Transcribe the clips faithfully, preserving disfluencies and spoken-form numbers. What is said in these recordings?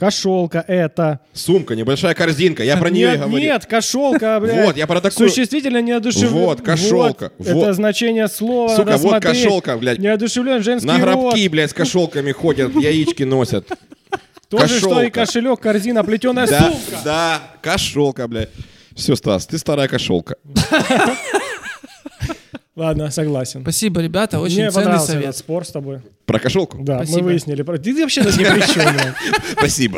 Кошелка это. Сумка, небольшая корзинка, я про нее нет, говорю. Нет, кошелка, блядь. Вот, я про такую... Существительное неодушевлен. Вот, кошелка. Вот, вот. Это значение слова, Сука, надо вот смотреть. кошелка, блядь. Неодушевлен женский На род. гробки, блядь, с кошелками ходят, яички носят. То же, что и кошелек, корзина, плетеная да, сумка. Да, кошелка, блядь. Все, Стас, ты старая кошелка. Ладно, согласен. Спасибо, ребята, очень Мне ценный понравился совет. этот спор с тобой. Про кошелку? Да, Спасибо. мы выяснили. Про... Ты вообще тут ни при чем. Спасибо.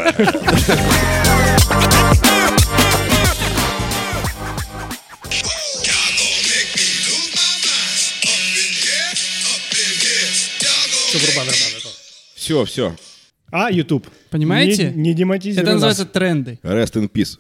Все, все. А, YouTube. Понимаете? Не, не демонтизируй Это нас. называется тренды. Rest in peace.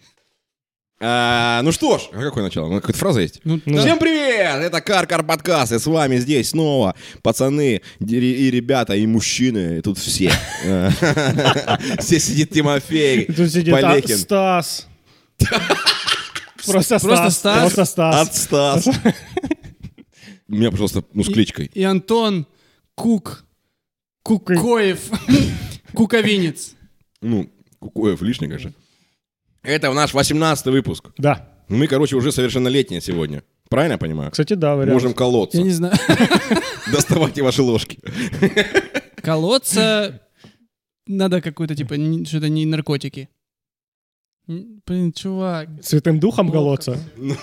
А, ну что ж, а какое начало? Ну, какая-то фраза есть? Ну, да. Всем привет! Это Каркар подкаст, и с вами здесь снова пацаны и ребята, и мужчины, и тут все. Здесь сидит Тимофей, Тут сидит Полехин. Стас. Просто Просто Стас. Стас. Просто Стас. От Стас. Меня, пожалуйста, ну с кличкой. И Антон Кук. Кукоев. Куковинец. Ну, Кукоев лишний, конечно. Это наш восемнадцатый выпуск. Да. Мы, короче, уже совершеннолетние сегодня. Правильно я понимаю? Кстати, да, вариант. Можем колоться. Я не знаю. Доставайте ваши ложки. Колоться надо какой-то, типа, не- что-то не наркотики. Н- Блин, чувак. Святым духом колоться.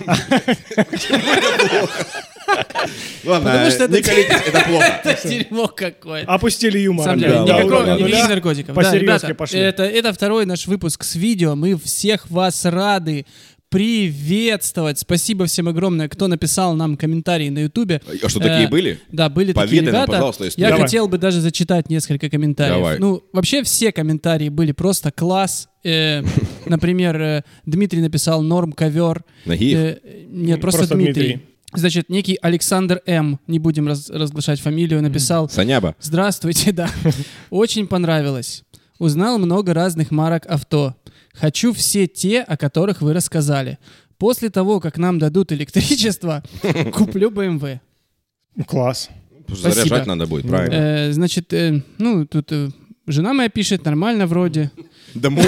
Ладно, Потому что это- не колитесь, это плохо. Это дерьмо какое-то. Опустили На юмор. самом деле, да, никакого, ладно, ладно. никаких наркотиков. По Да, серьезке ребята, пошли. это, это второй наш выпуск с видео. Мы всех вас рады приветствовать. Спасибо всем огромное, кто написал нам комментарии на Ютубе. А что, такие Э, были? Да, были Поведай такие нам, ребята. пожалуйста, историю. Я Давай. хотел бы даже зачитать несколько комментариев. Давай. Ну, вообще все комментарии были просто класс. Э, Например, э, Дмитрий написал «Норм ковер». Нагиев? Э, Нет, просто, Просто Дмитрий. Дмитрий. Значит, некий Александр М, не будем раз- разглашать фамилию, написал Саняба? «Здравствуйте, да. Очень понравилось. Узнал много разных марок авто. Хочу все те, о которых вы рассказали. После того, как нам дадут электричество, куплю бэ эм вэ». Класс. Спасибо. Заряжать надо будет, правильно. Э, Значит, э, ну, тут э, жена моя пишет, нормально вроде. Домой.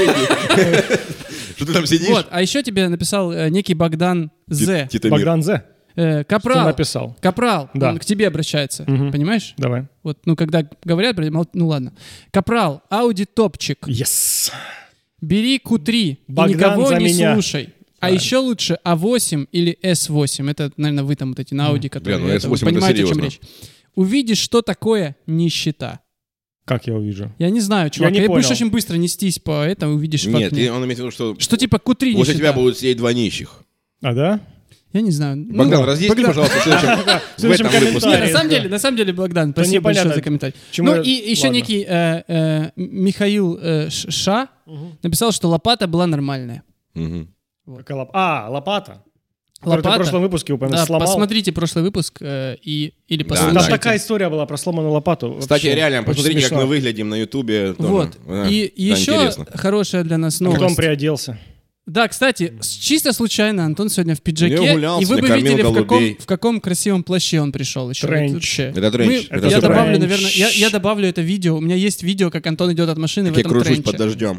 Что ты там сидишь? Вот, а еще тебе написал э, некий Богдан З. Титамир. Богдан З. Э, Что Капрал, написал? Капрал, Да. он к тебе обращается, Мгм. понимаешь? Давай. Вот, ну, когда говорят, мол- ну ладно. Капрал, Ауди топчик. Yes. Бери ку три Богдан и никого за не меня. слушай. А Правильно. еще лучше а восемь или эс восемь. Это, наверное, вы там вот эти на Ауди, которые... ну это, эс вы восемь это понимаете, о чем серьезно. речь. Увидишь, что такое нищета. Как я увижу? Я не знаю, чувак. не Я будешь понял. очень быстро нестись по этому, увидишь в Нет, окне. и он имеет в виду, что Что типа ку три возле нищета. тебя будут сидеть два нищих. А, да? Я не знаю. Ну, Богдан, да. разъясни, Богдан. пожалуйста, в следующем, в следующем этом выпуске. Нет, комментарии. на самом да. деле, на самом деле, Богдан, спасибо непонятно, большое за комментарий. чему Ну я- и еще ладно. некий э, э, Михаил э, Ш- Ша написал, что лопата была нормальная. Мгм. Какая лоп- А, лопата. Которую ты в Лопата. прошлом выпуске упомянул. Да, Сломал. посмотрите прошлый выпуск э, и, или Да, Там послушайте. да. такая история была про сломанную лопату. Кстати, Вообще, реально, очень посмотрите, как смешно. мы выглядим на Ютубе. тоже. Вот. Да, И да, еще интересно. хорошая для нас Кто он новость. приоделся? Да, кстати, с- чисто случайно Антон сегодня в пиджаке, Я гулялся, и вы бы накормил видели, в каком, голубей. в каком красивом плаще он пришел еще. Тренч. Это вообще. Это тренч, Мы- это я всё добавлю, тренч. наверное, я, я добавлю это видео. У меня есть видео, как Антон идет от машины Как в я этом кружусь тренче. под дождем.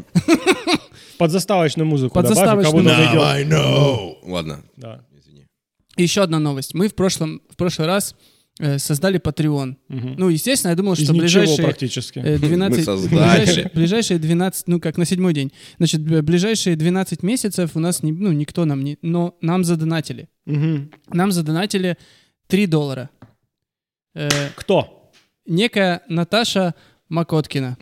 Под заставочную музыку Под добавь, заставочную кого-то музыку. найдет. I know. Ладно, Да. извини. И еще одна новость. Мы в прошлом, в прошлый раз э, создали Patreon. Ну, естественно, я думал, Из что ничего ближайшие практически. э, двенадцать... Мы создали. ближайшие, ближайшие двенадцать, ну, как на седьмой день. Значит, б- ближайшие двенадцать месяцев у нас, не, ну, никто нам не... Но нам задонатили. Мгм. Нам задонатили три доллара. Э, Кто? некая Наташа Макоткина.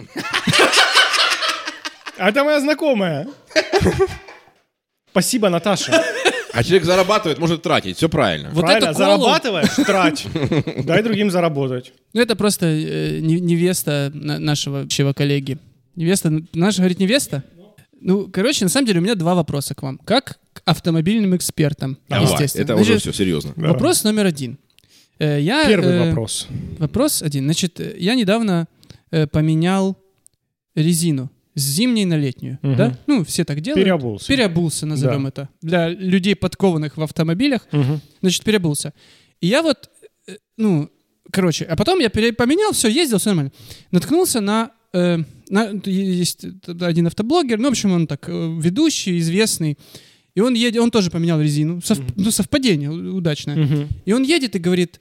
А это моя знакомая. Спасибо, Наташа. А человек зарабатывает, может тратить, все правильно. Вот Правильно, эту колу- зарабатываешь, трать. Дай другим заработать. Ну, это просто э, не- невеста на- нашего общего коллеги. Невеста, наша, говорит, невеста? Ну, короче, на самом деле у меня два вопроса к вам. Как к автомобильным экспертам, Давай, естественно. это уже Значит, все серьезно. Да. Вопрос номер один. Э, я, Первый э, вопрос. Вопрос один. Значит, э, я недавно э, поменял резину с зимней на летнюю. Мгм. Да? Ну, все так делают. Переобулся. Переобулся, назовем Да. это. Для людей, подкованных в автомобилях. Мгм. Значит, переобулся. И я вот, э, ну, короче, а потом я пере- поменял, все, ездил, все нормально. Наткнулся на э, на, есть один автоблогер, ну, в общем, он так э, ведущий, известный, и он едет, он тоже поменял резину, Сов, mm-hmm. ну, совпадение удачное, mm-hmm. и он едет и говорит,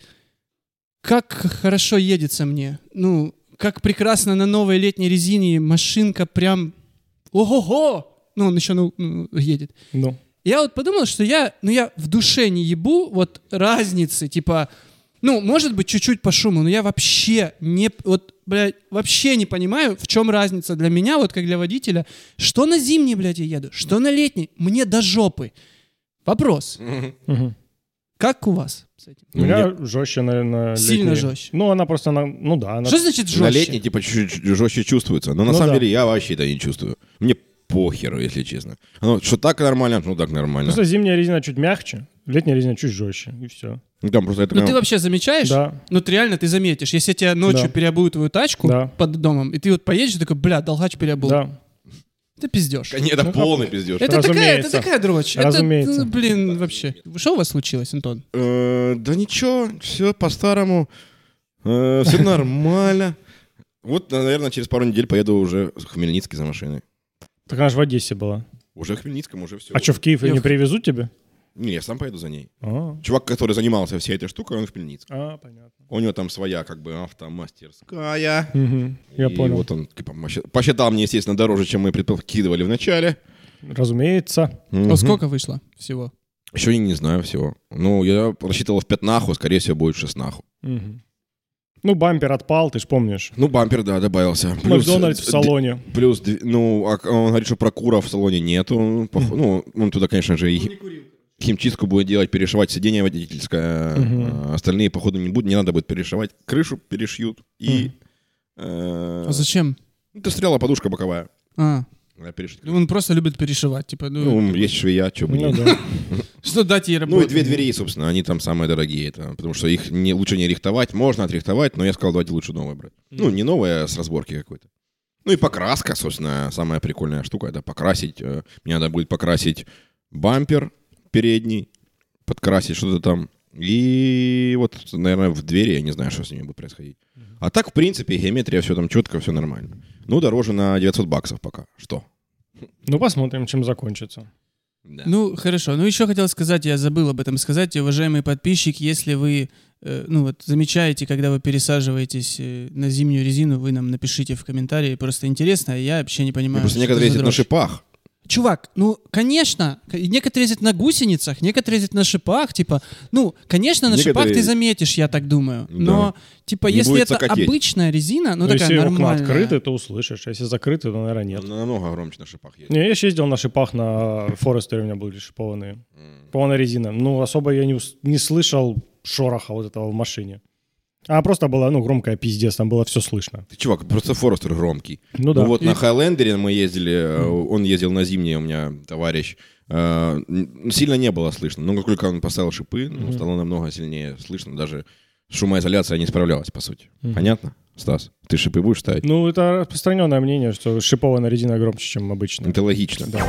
как хорошо едется мне, ну, как прекрасно на новой летней резине, машинка прям, ого-го, ну, он еще ну, едет. Ну. Я вот подумал, что я, ну, я в душе не ебу вот разницы, типа, ну, может быть, чуть-чуть по шуму, но я вообще не, вот, блядь, вообще не понимаю, в чем разница для меня, вот как для водителя, что на зимней, блядь, я еду, что на летней, мне до жопы. Вопрос. Угу. Как у вас с этим? У меня Мне... жестче на, на Сильно летней. жестче. Ну, она просто, на... ну да. Она... Что значит жестче? На летней, типа, чуть-чуть жестче чувствуется, но на ну, самом да. деле я вообще это не чувствую. Мне похеру, если честно. Ну, что так нормально, ну так нормально. Просто зимняя резина чуть мягче, летняя резина чуть жестче, и все. Ну, там просто это Ну, прям... ты вообще замечаешь? Да. Ну, ты реально, ты заметишь. Если тебя ночью Да. переобуют твою тачку Да. под домом, и ты вот поедешь, такой, бля, долгач переобул. Да. Ты пиздешь. Это Ну, полный как- пиздеж. Это такая, это Разумеется. такая дрочь. Разумеется. Это, блин, вообще. Что у вас случилось, Антон? Э, Да ничего, все по-старому, все нормально. Вот, наверное, через пару недель поеду уже в Хмельницкий за машиной. Так она же в Одессе была. Уже в Хмельницком, уже все. А что, в Киев Я не в- привезут тебе? Не, я сам поеду за ней. А, Чувак, который занимался всей этой штукой, он в Хмельницком. а понятно. У него там своя, как бы, автомастерская. Угу. Я И понял. вот он типа, посчит- посчитал мне, естественно, дороже, чем мы предпокидывали в начале. Разумеется. А сколько вышло всего? Еще и не знаю всего. Ну, я рассчитывал в пятнаху, скорее всего, будет в шестнаху. Мгм. Ну, бампер отпал, ты ж помнишь. Ну, бампер, да, добавился. Макдональдс в д- салоне. Плюс, д- ну, а он говорит, что прокура в салоне нету. Ну, пох- ну, он туда, конечно же, и химчистку будет делать, перешивать сиденье водительское. Мгм. А остальные, походу, не будут. Не надо будет перешивать. Крышу перешьют. И... э, А зачем? ну, это стрела подушка боковая. А, А перешить. он просто любит перешивать, типа, ну, Ну, есть швея, что бы Ну, не. да. что дать ей Ну, работать. и две двери, собственно, они там самые дорогие. Это, потому что их не, лучше не рихтовать. Можно отрихтовать, но я сказал, давайте лучше новые брать. Ну, не новые, а с разборки какой-то. Ну и покраска, собственно, самая прикольная штука. Это покрасить. э, Мне надо будет покрасить бампер передний, подкрасить что-то там. И вот, наверное, в двери я не знаю, что с ними будет происходить. А так, в принципе, геометрия, все там четко, все нормально. Ну, дороже на девятьсот баксов пока. Что? Ну, посмотрим, чем закончится. Да. Ну, хорошо. Ну, еще хотел сказать, я забыл об этом сказать, уважаемый подписчик, если вы, э, ну, вот, замечаете, когда вы пересаживаетесь э, на зимнюю резину, вы нам напишите в комментарии, просто интересно, я вообще не понимаю. Просто что некоторые это за ездят на дрожь. шипах. Чувак, ну, конечно, к- некоторые ездят на гусеницах, некоторые ездят на шипах, типа, ну, конечно, на шипах Некоторые- ты заметишь, я так думаю, но, типа, Не если будет это цокотеть. обычная резина, ну, Ну, такая если окна нормальная. открыты, то услышишь. А если закрыты, то, наверное, нет. Он намного громче на шипах ездит. Не, я еще ездил на шипах на Форестере, у меня были шипованные. Полная резина. Ну, особо я не, ус- не слышал шороха вот этого в машине. А просто была, ну, громкая пиздец, там было все слышно. Ты, чувак, просто Форестер громкий. Ну да. Ну вот И- на Хайлендере мы ездили, э, он ездил на зимнее, у меня товарищ. э, н- Сильно не было слышно, но как только он поставил шипы, ну, стало намного сильнее слышно. Даже шумоизоляция не справлялась, по сути. Понятно, Стас? Ты шипы будешь ставить? Ну, это распространенное мнение, что шипованная резина громче, чем обычная. Это логично. Да.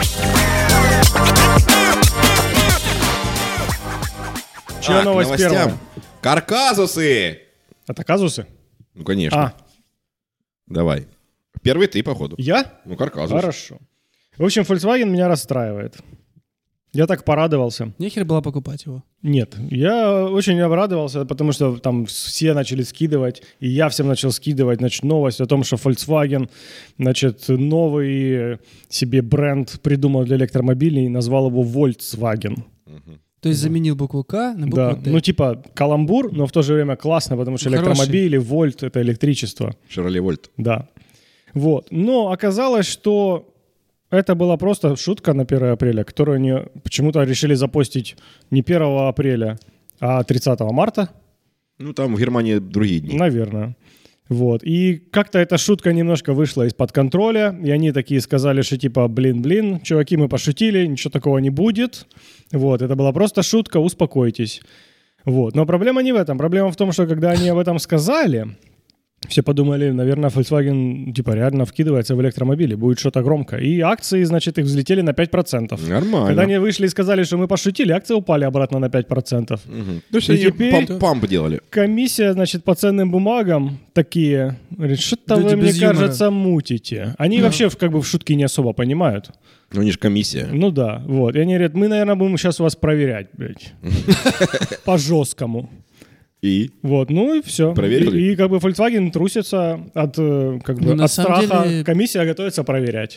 Чья Так, новость новостям. первая? Карказусы! Это казусы? Ну, конечно. А, Давай. Первый ты, походу. я? Ну, карказус. Хорошо. В общем, Volkswagen меня расстраивает. Я так порадовался. Нехер было покупать его. Нет, я очень обрадовался, потому что там все начали скидывать, и я всем начал скидывать, значит, новость о том, что Volkswagen, значит, новый себе бренд придумал для электромобилей и назвал его Volkswagen. То есть заменил букву К на букву Да, Т. ну типа каламбур, но в то же время классно, потому что Ну, хороший. электромобили, вольт — это электричество. Шевроле Вольт. Да. Вот. Но оказалось, что это была просто шутка на первое апреля, которую они почему-то решили запостить не первого апреля, а тридцатого марта, Ну, там в Германии другие дни. наверное. Вот. И как-то эта шутка немножко вышла из-под контроля, и они такие сказали, что типа, блин-блин, чуваки, мы пошутили, ничего такого не будет. Вот. Это была просто шутка, успокойтесь. Вот. Но проблема не в этом. Проблема в том, что когда они об этом сказали, Все подумали, наверное, Volkswagen типа реально вкидывается в электромобили, будет что-то громко. И акции, значит, их взлетели на пять процентов. Нормально. Когда они вышли и сказали, что мы пошутили, акции упали обратно на пять процентов. Угу. То есть И они теперь- памп, памп делали. Комиссия, значит, по ценным бумагам такие, говорит, что-то Люди вы, мне без юмора. кажется, мутите. Они вообще в- как бы в шутки не особо понимают. Ну, они же комиссия. Ну да, вот. И они говорят, мы, наверное, будем сейчас вас проверять, блядь. По-жесткому. И? Вот, ну и все. Проверили? И, и как бы Volkswagen трусится от, э, как бы, Ну, на от самом страха. деле- Комиссия готовится проверять.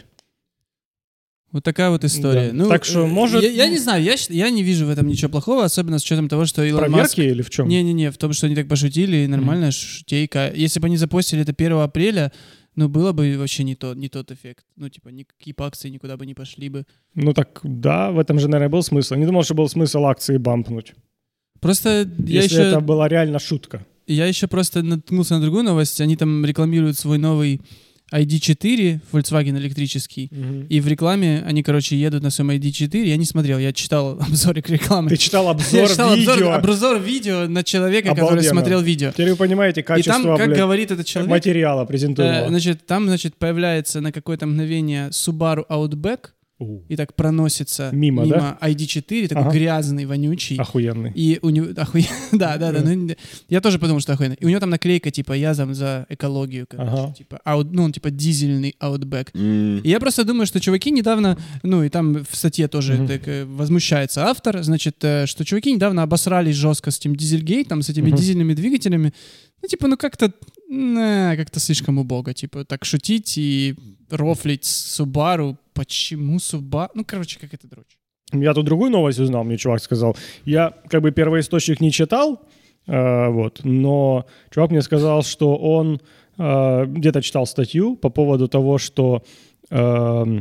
Вот такая вот история. Да. Ну, Так что, э, может- Я, я не знаю, я, щ- я не вижу в этом ничего плохого, особенно с учетом того, что Илон Проверки Маск... или в чем? Не-не-не, в том, что они так пошутили, и нормальная шутейка. Если бы они запостили это первого апреля, ну, было бы вообще не, то, не тот эффект. Ну, типа, никакие бы акции никуда бы не пошли бы. Ну так да, в этом же, наверное, был смысл. Я не думал, что был смысл акции бампнуть. Просто я Если еще... это была реально шутка. Я еще просто наткнулся на другую новость. Они там рекламируют свой новый ай ди четыре, Volkswagen электрический. И в рекламе они, короче, едут на своем ай ди четыре. Я не смотрел, я читал обзорик рекламы. Ты читал Я обзор читал видео. обзор, обзор видео на человека, который Обалденно. смотрел видео. Теперь вы понимаете И качество, там, как блядь, говорит этот человек, материала э, презентуемого. значит, там, значит, появляется на какое-то мгновение Subaru Outback У, и так проносится Мимо, да? ай ди четыре, такой Ага. грязный, вонючий. Охуенный. И у него... охуе- Да, да, да. ну, я тоже подумал, что охуенно. И у него там наклейка, типа, я там за экологию, короче. Ага. Типа, аут, ну, он, типа, дизельный Outback. М, И я просто думаю, что чуваки недавно, ну, и там в статье тоже Мгм. так, э, возмущается автор, значит, э, что чуваки недавно обосрались жестко с этим дизельгейтом, с этими Мгм. дизельными двигателями. Ну, типа, ну, как-то, не, как-то слишком убого. Типа, так шутить и рофлить с Subaru. Почему Subaru? Ну, короче, как это дрочь. Я тут другую новость узнал, мне чувак сказал. Я как бы первоисточник не читал, э, вот, но чувак мне сказал, что он э, где-то читал статью по поводу того, что... эм,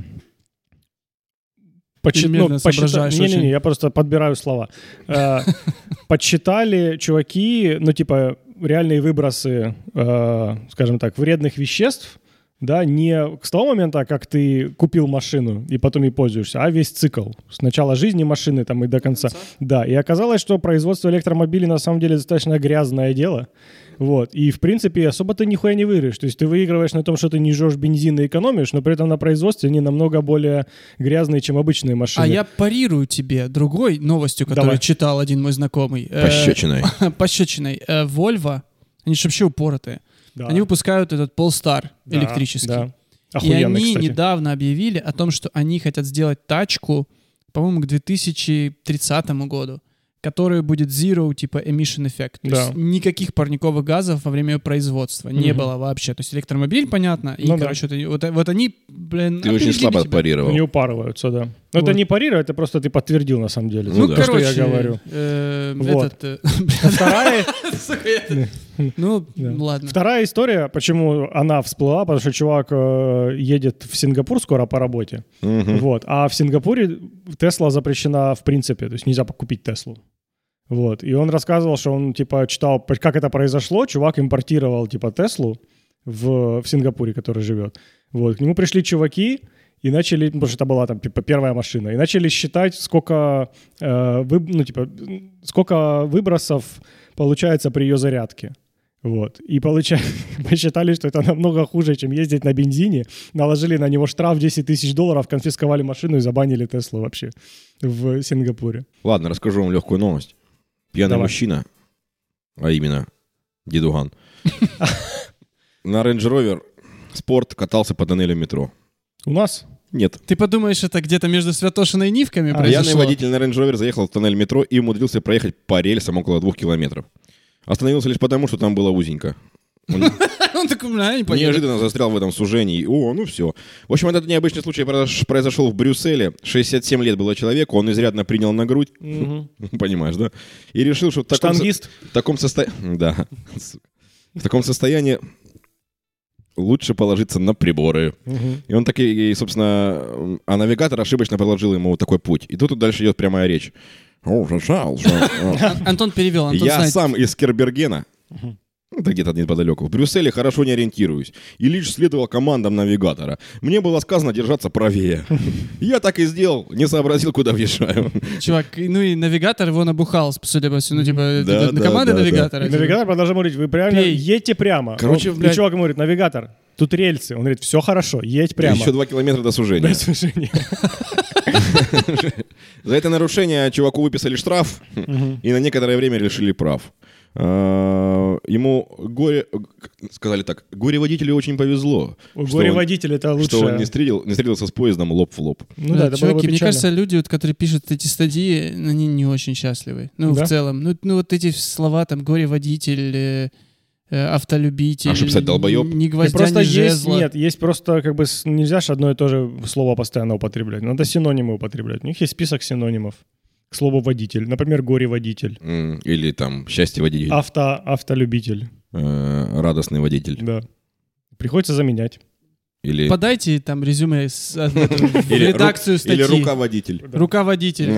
почи- Ты медленно соображаешь Не-не-не, очень. я просто подбираю слова. Э, Подсчитали чуваки, ну, типа, реальные выбросы, э, скажем так, вредных веществ, да, не с того момента, как ты купил машину и потом ей пользуешься, а весь цикл. С начала жизни машины там и до конца. Да, и оказалось, что производство электромобилей на самом деле достаточно грязное дело. Вот. И, в принципе, особо ты нихуя не выиграешь. То есть ты выигрываешь на том, что ты не жжешь бензин и экономишь, но при этом на производстве они намного более грязные, чем обычные машины. А я парирую тебе другой новостью, которую Давай. читал один мой знакомый. Э, Пощечиной. Пощечиной. Э, Volvo, они же вообще упоротые. Да. Они выпускают этот Polestar Да, электрический. да. И Охуенный, они кстати. недавно объявили о том, что они хотят сделать тачку, по-моему, к две тысячи тридцатому году, которая будет zero, типа emission effect. То Да. есть никаких парниковых газов во время ее производства не Мгм. было вообще. То есть электромобиль, понятно, и, Ну да. короче, это- вот, вот они, блин, Ты очень опередили слабо тебя. парировал. Они упарываются, да. Но Вот. это не парировать, это просто ты подтвердил на самом деле. Ну Ну, да. То, короче, что я говорю. э, Вот. этот... э, Вторая, сука, я- Ну, Да. ладно. вторая история, почему она всплыла, потому что чувак э, едет в Сингапур скоро по работе. Мгм. Вот. А в Сингапуре Тесла запрещена в принципе, то есть нельзя купить Теслу. Вот. И он рассказывал, что он, типа, читал, как это произошло. Чувак импортировал, типа, Теслу в, в Сингапуре, который живет. Вот. К нему пришли чуваки и начали, потому что это была, там, типа, первая машина, и начали считать, сколько, э, вы, ну, типа, сколько выбросов получается при ее зарядке. Вот. И получа... посчитали, что это намного хуже, чем ездить на бензине. Наложили на него штраф десять тысяч долларов, конфисковали машину и забанили Теслу вообще в Сингапуре. Ладно, расскажу вам легкую новость. Пьяный Давай. мужчина, а именно дедуган, на Range Rover Sport катался по тоннелю метро. У нас? Нет. Ты подумаешь, это где-то между Святошиной и Нивками А, произошло? Пьяный водитель на Range Rover заехал в тоннель метро и умудрился проехать по рельсам около двух километров. Остановился лишь потому, что там было узенько. Он Он такой, бля, я не поеду. неожиданно застрял в этом сужении. О, ну все. В общем, этот необычный случай произош- произошел в Брюсселе. шестьдесят семь лет было человеку, он изрядно принял на грудь. Понимаешь, да? И решил, что в таком, со- Штангист? в таком состоянии... Да. Сука. В таком состоянии лучше положиться на приборы. Мгм. И он так и, и, собственно, а навигатор ошибочно проложил ему вот такой путь. И тут дальше идет прямая речь. «О, пожалуйста, Ан- Антон перевел. Антон Я знает. сам из Кербергена. Это где-то неподалеку. В Брюсселе хорошо не ориентируюсь. И лишь следовал командам навигатора. Мне было сказано держаться правее. Я так и сделал. Не сообразил, куда въезжаю. Чувак, ну и навигатор его набухал, судя по всему, ну типа Да, на да, команды да, навигатора. И навигатор продолжал говорить, вы реально Пей. едьте прямо. Короче, Он- и блядь. чувак ему говорит, навигатор, тут рельсы. Он говорит, все хорошо, едь прямо. Еще два километра до сужения. Без сужения. За это нарушение чуваку выписали штраф и на некоторое время лишили прав. А, Ему горе... Сказали так, горе-водителю очень повезло. что Горе-водитель это он- Что лучше. он не встретил, не встретился с поездом лоб в лоб. Ну да, это было бы чуваки, мне печально. кажется, люди, вот, которые пишут эти статьи, они не очень счастливы. Ну, Да? в целом. Ну, ну, вот эти слова, там, горе-водитель, э, э, автолюбитель. А что писать, долбоёб? Ни И гвоздя, просто ни есть, жезла. нет, есть просто как бы с- нельзя же одно и то же слово постоянно употреблять. Надо синонимы употреблять. У них есть список синонимов к слову водитель. Например, горе-водитель, М, Или там счастье водитель, авто, автолюбитель. э, радостный водитель. Да. Приходится заменять. Или, Подайте там резюме с- от этого в или, ру- редакцию статьи. или руководитель. Руководитель.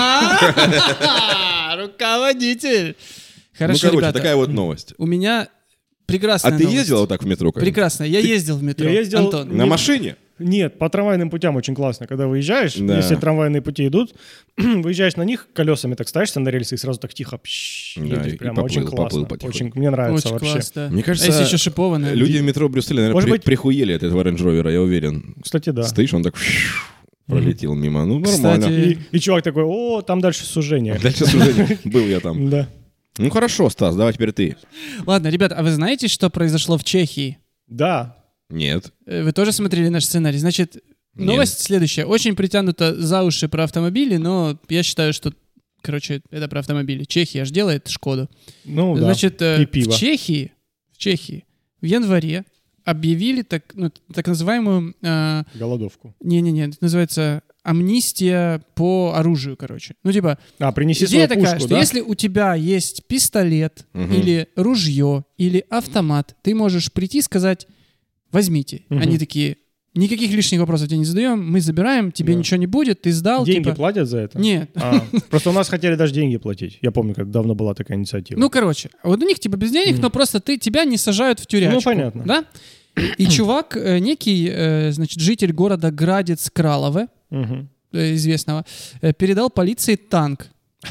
А? Руководитель. Ну, Хорошо, короче, ребята. такая вот новость. У меня прекрасная А ты новость. ездил вот так в метро? Кать? Прекрасно. Я ездил в метро. Я ездил- Антон. На Не- машине? Нет, по трамвайным путям очень классно. Когда выезжаешь, Да. если трамвайные пути идут, выезжаешь на них, колесами так ставишься на рельсы и сразу так тихо пш, Да, едешь. и Прямо поплыл, очень поплыл классно. потихоньку. Очень, мне нравится Очень вообще. класс, да. Мне кажется, а если еще шипованная? Люди в метро Брюсселя, наверное, Может при- быть- прихуели от этого Range Rover, я уверен. Кстати, да. Стоишь, он так пролетел мимо. Ну, нормально. Кстати, И, и чувак такой, о, там дальше сужение. Дальше сужение. Был я там. Да. Ну, хорошо, Стас, давай теперь ты. Ладно, ребят, а вы знаете, что произошло в Чехии? Да. Нет. Э, Вы тоже смотрели наш сценарий. Значит, новость следующая. Очень притянута за уши про автомобили, но я считаю, что, короче, это про автомобили. Чехия же делает Шкоду. Ну да. Значит, э, И пиво. в Чехии, в Чехии в январе объявили так, ну, так называемую... э, Голодовку. Не-не-не, это называется амнистия по оружию, короче. Ну, типа, А, принеси идея свою такая, пушку, что да? если у тебя есть пистолет Мгм. или ружье или автомат, ты можешь прийти и сказать, возьмите. Мгм. Они такие, никаких лишних вопросов тебе не задаем, мы забираем, тебе Да. ничего не будет, ты сдал. Деньги типа... платят за это? Нет. А, просто у нас хотели даже деньги платить. Я помню, как давно была такая инициатива. Ну, короче, вот у них типа без денег, Мгм. но просто ты, тебя не сажают в тюрячку. Ну, понятно. Да? И чувак, э, некий, э, значит, житель города Градец-Кралове, Мгм. э, известного, э, передал полиции танк.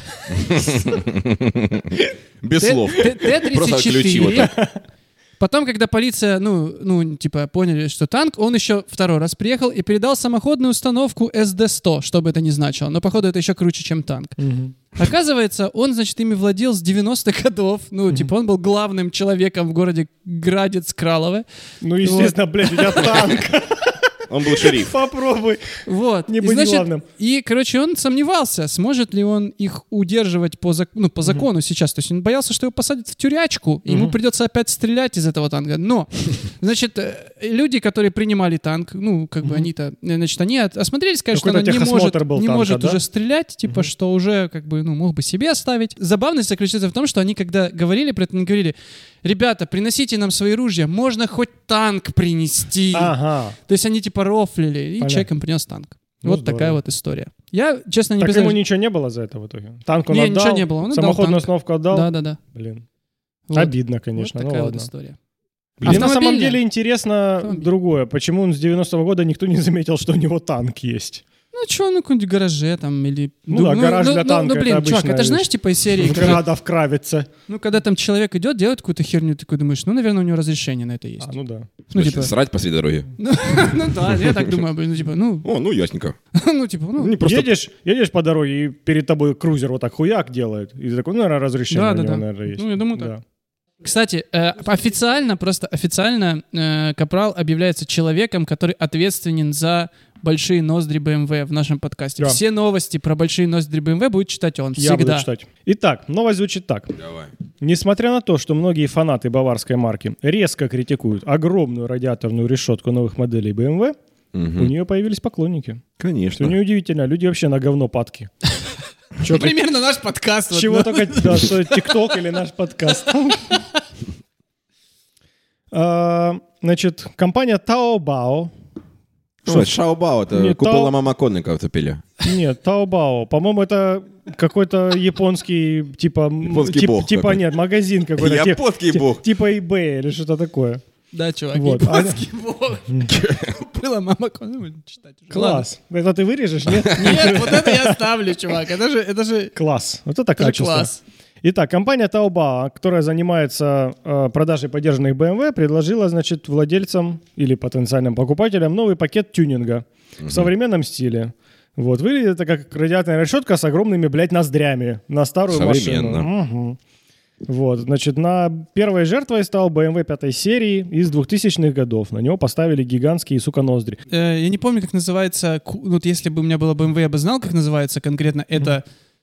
Без Т- слов. Т- Просто ключи вот Т-тридцать четыре. Потом, когда полиция, ну, ну, типа, поняли, что танк, он еще второй раз приехал и передал самоходную установку эс дэ сто, что бы это ни значило. Но, походу, это еще круче, чем танк. Мгм. Оказывается, он, значит, ими владел с девяностых годов. Ну, типа, он был главным человеком в городе Градец-Кралове. Ну, естественно, блядь, у тебя танк. Он был шериф. Попробуй. Вот. Не И, будь значит, главным. И, короче, он сомневался, сможет ли он их удерживать по, зак- ну, по закону сейчас. То есть он боялся, что его посадят в тюрячку, и ему Мгм. придется опять стрелять из этого танка. Но, значит, э, люди, которые принимали танк, ну, как бы они-то, э, значит, они от- осмотрели, сказали, что он Какой-то не может, техосмотр был не танка, может да? уже стрелять, типа, что уже, как бы, ну, мог бы себе оставить. Забавность заключается в том, что они, когда говорили про это, они говорили, ребята, приносите нам свои ружья, можно хоть танк принести. Ага. То есть они типа рофлили, и Понятно. человек им принес танк. Ну, вот здорово. такая вот история. Я, честно, не Так ему представляю. ничего не было за это в итоге? Танк он Не, отдал? ничего не было, он отдал Самоходную танк. установку отдал? Да-да-да. Блин. Вот. Обидно, конечно. Вот Ну такая вот ладно. история. Мне на самом Автомобильная? деле интересно Автомобиль. другое. Почему он с девяностого года никто не заметил, что у него танк есть? Ну, что, ну, какой-нибудь гараже там или... Ну да, гараж для танка, Ну, блин, это чувак, обычная это же, знаешь, вещь. типа из серии, когда, Града в Кравице. ну, когда там человек идет, делает какую-то херню, ты такой думаешь, ну, наверное, у него разрешение на это есть. А, ну да. В Ну, смысле, типа... срать посреди дороги. Ну, ну да, я так думаю, блин, ну, типа, ну, О, ну ясненько. ну, типа, ну... Не просто... Едешь, едешь по дороге, и перед тобой крузер вот так хуяк делает. И ты такой, ну, наверное, разрешение Да, у да, него, да. наверное, есть. Ну, я думаю, так. Да. Кстати, э, официально, просто официально э, Капрал объявляется человеком, который ответственен за большие ноздри бэ эм вэ в нашем подкасте. Да. Все новости про большие ноздри бэ эм вэ будет читать он Я буду всегда. читать. Итак, новость звучит так. Давай. Несмотря на то, что многие фанаты баварской марки резко критикуют огромную радиаторную решетку новых моделей бэ эм вэ, Мгм. у нее появились поклонники. Что Конечно. неудивительно, люди вообще на говно падки. Чё, как- Примерно наш подкаст. вот, Чего да. только, да, что ТикТок или наш подкаст. А, Значит, компания Taobao. Что, Шаобао, это Не, купола Тао- мама конника втопили. Нет, Taobao. По-моему, это какой-то японский, типа... Японский тип, бог Типа, какой-то. нет, магазин какой-то. тип- Японский тип- бог. Типа eBay или что-то такое. Да, чувак, Вот. японский бог. Была мама ну, читать уже. Класс. Это ты вырежешь, нет? Ладно. Нет, вот это я ставлю, чувак. Это же, это же, Класс. Вот это это же качество. класс. Итак, компания Taobao, которая занимается э, продажей подержанных бэ эм вэ, предложила, значит, владельцам или потенциальным покупателям новый пакет тюнинга в современном стиле. Вот, выглядит это как радиаторная решетка с огромными, блядь, ноздрями на старую Современно. машину. Угу. Вот, значит, на первой жертвой стал бэ эм вэ пятой серии из двухтысячных годов. На него поставили гигантские, сука, ноздри. Э, Я не помню, как называется, ку- ну, вот если бы у меня было бэ эм вэ, я бы знал, как называется конкретно это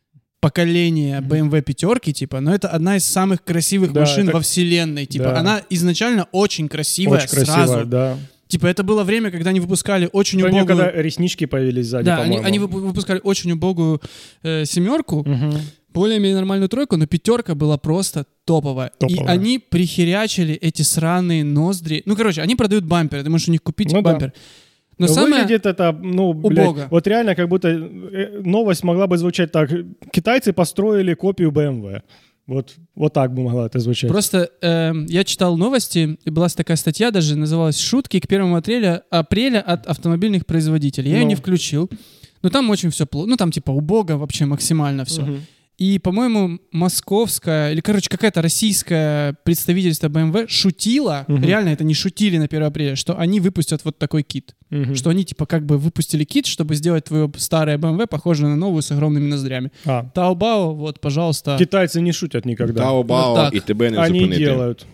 поколение бэ эм вэ пятерки, типа, но это одна из самых красивых Да, машин это- во вселенной, типа, да. она изначально очень красивая Очень красиво, сразу. да. Типа, это было время, когда они выпускали очень У нее убогую... когда реснички появились сзади, Да, они, по-моему. они выпу- выпускали очень убогую э, семерку, Мгм. более-менее нормальную тройку, но пятерка была просто топовая. Топовая. И они прихерячили эти сраные ноздри. Ну, короче, они продают бамперы, ты можешь у них купить Ну да. бампер. Но самое... Выглядит это, ну, блядь, убого. вот реально как будто э, новость могла бы звучать так. Китайцы построили копию бэ эм вэ. Вот, вот так бы могла это звучать. Просто эм, я читал новости, и была такая статья даже, называлась «Шутки к первому апреля, апреля от автомобильных производителей». Я ее Ну. не включил, но там очень все плохо. Ну, там типа убого вообще максимально все. Мгм. И, по-моему, московская, или, короче, какая-то российское представительство бэ эм вэ шутило, Мгм. реально это не шутили на первое апреля, что они выпустят вот такой кит. Мгм. Что они, типа, как бы выпустили кит, чтобы сделать твое старое бэ эм вэ похожее на новую с огромными ноздрями. А, Taobao, вот, пожалуйста. китайцы не шутят никогда. Вот Таобао так. и ТБ не Они зупинити. делают.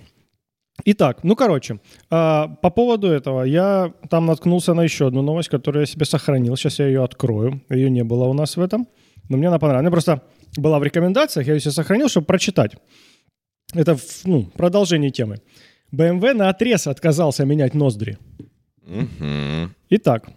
Итак, ну короче, а, по поводу этого я там наткнулся на еще одну новость, которую я себе сохранил. Сейчас я ее открою. Ее не было у нас в этом, но мне она понравилась. Она просто была в рекомендациях, я ее себе сохранил, чтобы прочитать. Это в- ну, продолжение темы. бэ эм вэ наотрез отказался менять ноздри. Мгм. Итак,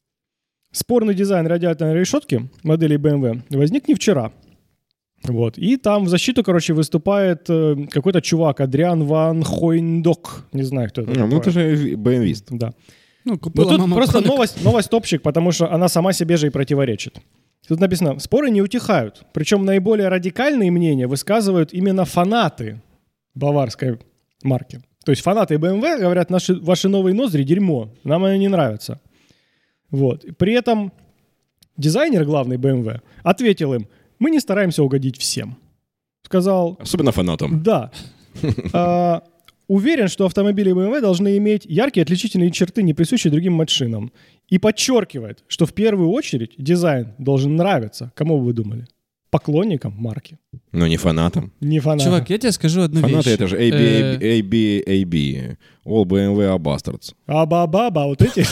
спорный дизайн радиаторной решетки моделей бэ эм вэ возник не вчера. Вот. И там в защиту, короче, выступает э, какой-то чувак, Адриан Ван Хойндок. Не знаю, кто это А, Ну, такой. это же бэ эм вист. Да. Ну, Но купила тут мама просто коник. новость, новость топчик, потому что она сама себе же и противоречит. Тут написано, споры не утихают. Причем наиболее радикальные мнения высказывают именно фанаты баварской марки. То есть фанаты бэ эм вэ говорят, наши, ваши новые ноздри дерьмо, нам они не нравятся. Вот. При этом дизайнер главный бэ эм вэ ответил им, мы не стараемся угодить всем. Сказал, Особенно фанатам. да. А, уверен, что автомобили бэ эм вэ должны иметь яркие отличительные черты, не присущие другим машинам. И подчеркивает, что в первую очередь дизайн должен нравиться. Кому вы думали? Поклонникам марки. Но не фанатам. Не фанатам. Чувак, я тебе скажу одну Фанаты вещь. это же эй би, Э, эй би, эй би. All бэ эм вэ are bastards. Аба-баба, вот эти.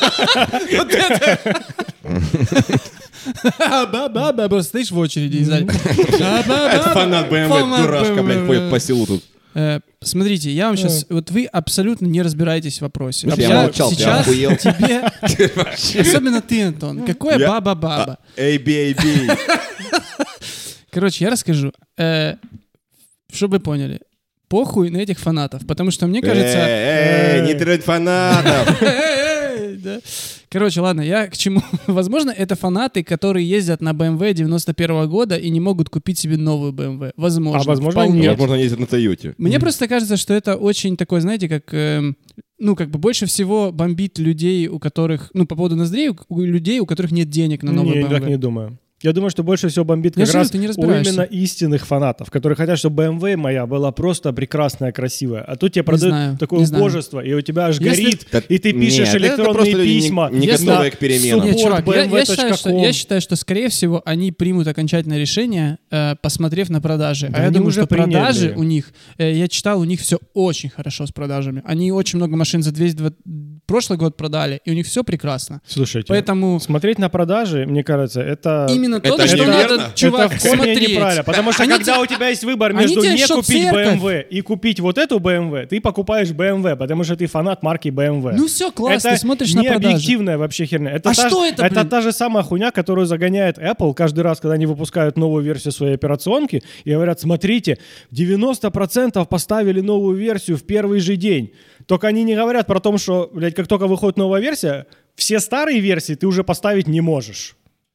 Ба-ба-ба, просто стоишь в очереди и сзади. Это фанат бэ эм вэ, Фанат дурашка, бэ эм вэ. блядь, ходит по селу тут. Э, Смотрите, я вам сейчас... Вот вы абсолютно не разбираетесь в вопросе. В смысле, я молчал, ты сейчас охуел? тебе... Особенно ты, Антон. Какое Я- баба-баба? эй би, эй би. Короче, я расскажу. Э, Чтобы вы поняли. Похуй на этих фанатов. Потому что мне кажется... Эй, эй, не трогать фанатов. Эй, да. Короче, ладно, я к чему? Возможно, это фанаты, которые ездят на бэ эм вэ девяносто первого года и не могут купить себе новую бэ эм вэ. Возможно. А возможно, вполне. нет. Возможно, они ездят на Тойоте. Мне просто кажется, что это очень такое, знаете, как... эм, ну, как бы больше всего бомбит людей, у которых... Ну, по поводу ноздрей, у, у людей, у которых нет денег на новую Не, бэ эм вэ. так не думаю. Я думаю, что больше всего бомбит Я как же раз говорю, ты не у разбираешься. именно истинных фанатов, которые хотят, чтобы бэ эм вэ моя была просто прекрасная, красивая. А тут тебе продают знаю, такое не знаю. убожество, и у тебя аж Если- горит, Да и ты пишешь нет, это электронные просто люди не- письма. не Если- готовые к переменам. Нет, Support чувак, я, я бэ эм вэ считаю, что, точка ком. я считаю, что, скорее всего, они примут окончательное решение, э, посмотрев на продажи. Да а я они думаю, уже что продажи приняли. у них, э, я читал, у них все очень хорошо с продажами. Они очень много машин за двести двадцать прошлый год продали, и у них все прекрасно. Слушайте, Поэтому смотреть на продажи, мне кажется, это... именно то, это на что неверно. надо, чувак, это в корне смотреть. неправильно, потому что Они когда те- у тебя есть выбор они между тебе не что, купить церковь? бэ эм вэ и купить вот эту бэ эм вэ, ты покупаешь бэ эм вэ, потому что ты фанат марки бэ эм вэ. Ну все, класс, это ты смотришь не на продажи. объективная вообще херня. Это А та, что ж- это, Это блин? та же самая хуйня, которую загоняет Apple каждый раз, когда они выпускают новую версию своей операционки, и говорят, смотрите, девяносто процентов поставили новую версию в первый же день. Только они не говорят про то, что, блядь, как только выходит новая версия, все старые версии ты уже поставить не можешь.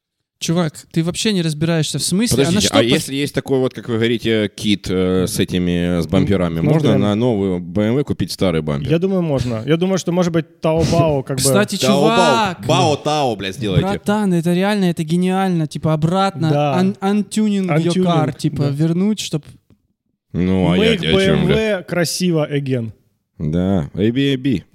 Чувак, ты вообще не разбираешься в смысле. Подождите, Она что, а по- если есть такой вот, как вы говорите, кит э, с этими, с бамперами, Ну, можно да. на новую бэ эм вэ купить старый бампер? Я думаю, можно. Я думаю, что, может быть, Таобао как бы... Кстати, Тао-бао, чувак! Бао-тао, блядь, сделайте. Братан, это реально, это гениально. Типа обратно, Да. ан- untuning your Untuning, car. Типа да. вернуть, чтобы... Ну, а я Make тебе о чем, блядь? бэ эм вэ красиво again. Да, эй би эй би.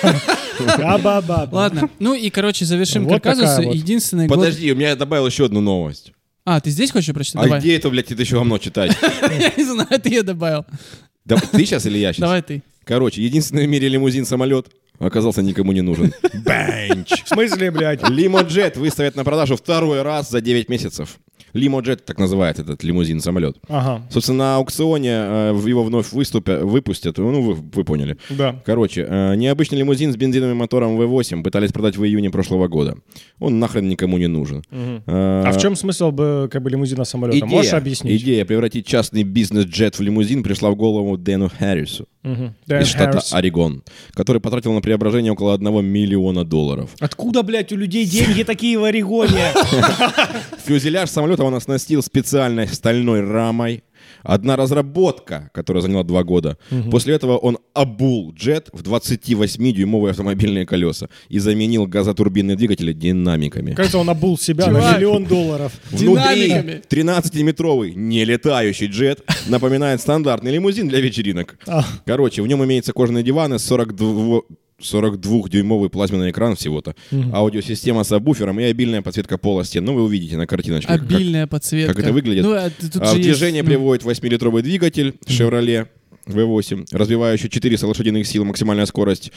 А-ба-ба. Ладно, ну и, короче, завершим Вот карказус. такая вот. Единственный год... Подожди, у меня я добавил еще одну новость. А, ты здесь хочешь прочитать? А Давай. где это, блядь, это еще говно читать? Я не знаю, ты ее добавил. Да ты сейчас или я сейчас? Давай ты. Короче, единственный в мире лимузин-самолет оказался никому не нужен. Бенч! В смысле, блядь? Лимоджет выставят на продажу второй раз за девять месяцев. Лимоджет так называется этот лимузин-самолет. Ага, Собственно, на аукционе э, его вновь выступят, выпустят. Ну, вы, вы поняли. да. Короче, э, необычный лимузин с бензиновым мотором вэ восемь пытались продать в июне прошлого года. Он нахрен никому не нужен. Мгм. Э, А в чем смысл бы как бы лимузина самолета? идея, Можешь объяснить? идея превратить частный бизнес-джет в лимузин пришла в голову Дэну Харрису Мгм. Дэн из штата Харрис. Орегон, который потратил на преображение около одного миллиона долларов. Откуда, блядь, у людей деньги такие в Орегоне? Фюзеляж самолета он оснастил специальной стальной рамой. Одна разработка, которая заняла два года. После этого он обул джет в двадцативосьмидюймовые автомобильные колеса и заменил газотурбинные двигатели динамиками. Кажется, он обул себя на Чувак. миллион долларов. Внутри Динамиками. тринадцатиметровый нелетающий джет напоминает стандартный лимузин для вечеринок. А. Короче, в нем имеются кожаные диваны с сорок два сорокадвухдюймовый плазменный экран всего-то, аудиосистема с сабвуфером и обильная подсветка пола стен. Ну, вы увидите на картиночке, как, Обильная подсветка. как это выглядит. Ну, а тут а же в движение есть, ну, приводит восьмилитровый двигатель Chevrolet вэ восемь, развивающий четыреста лошадиных сил, максимальная скорость,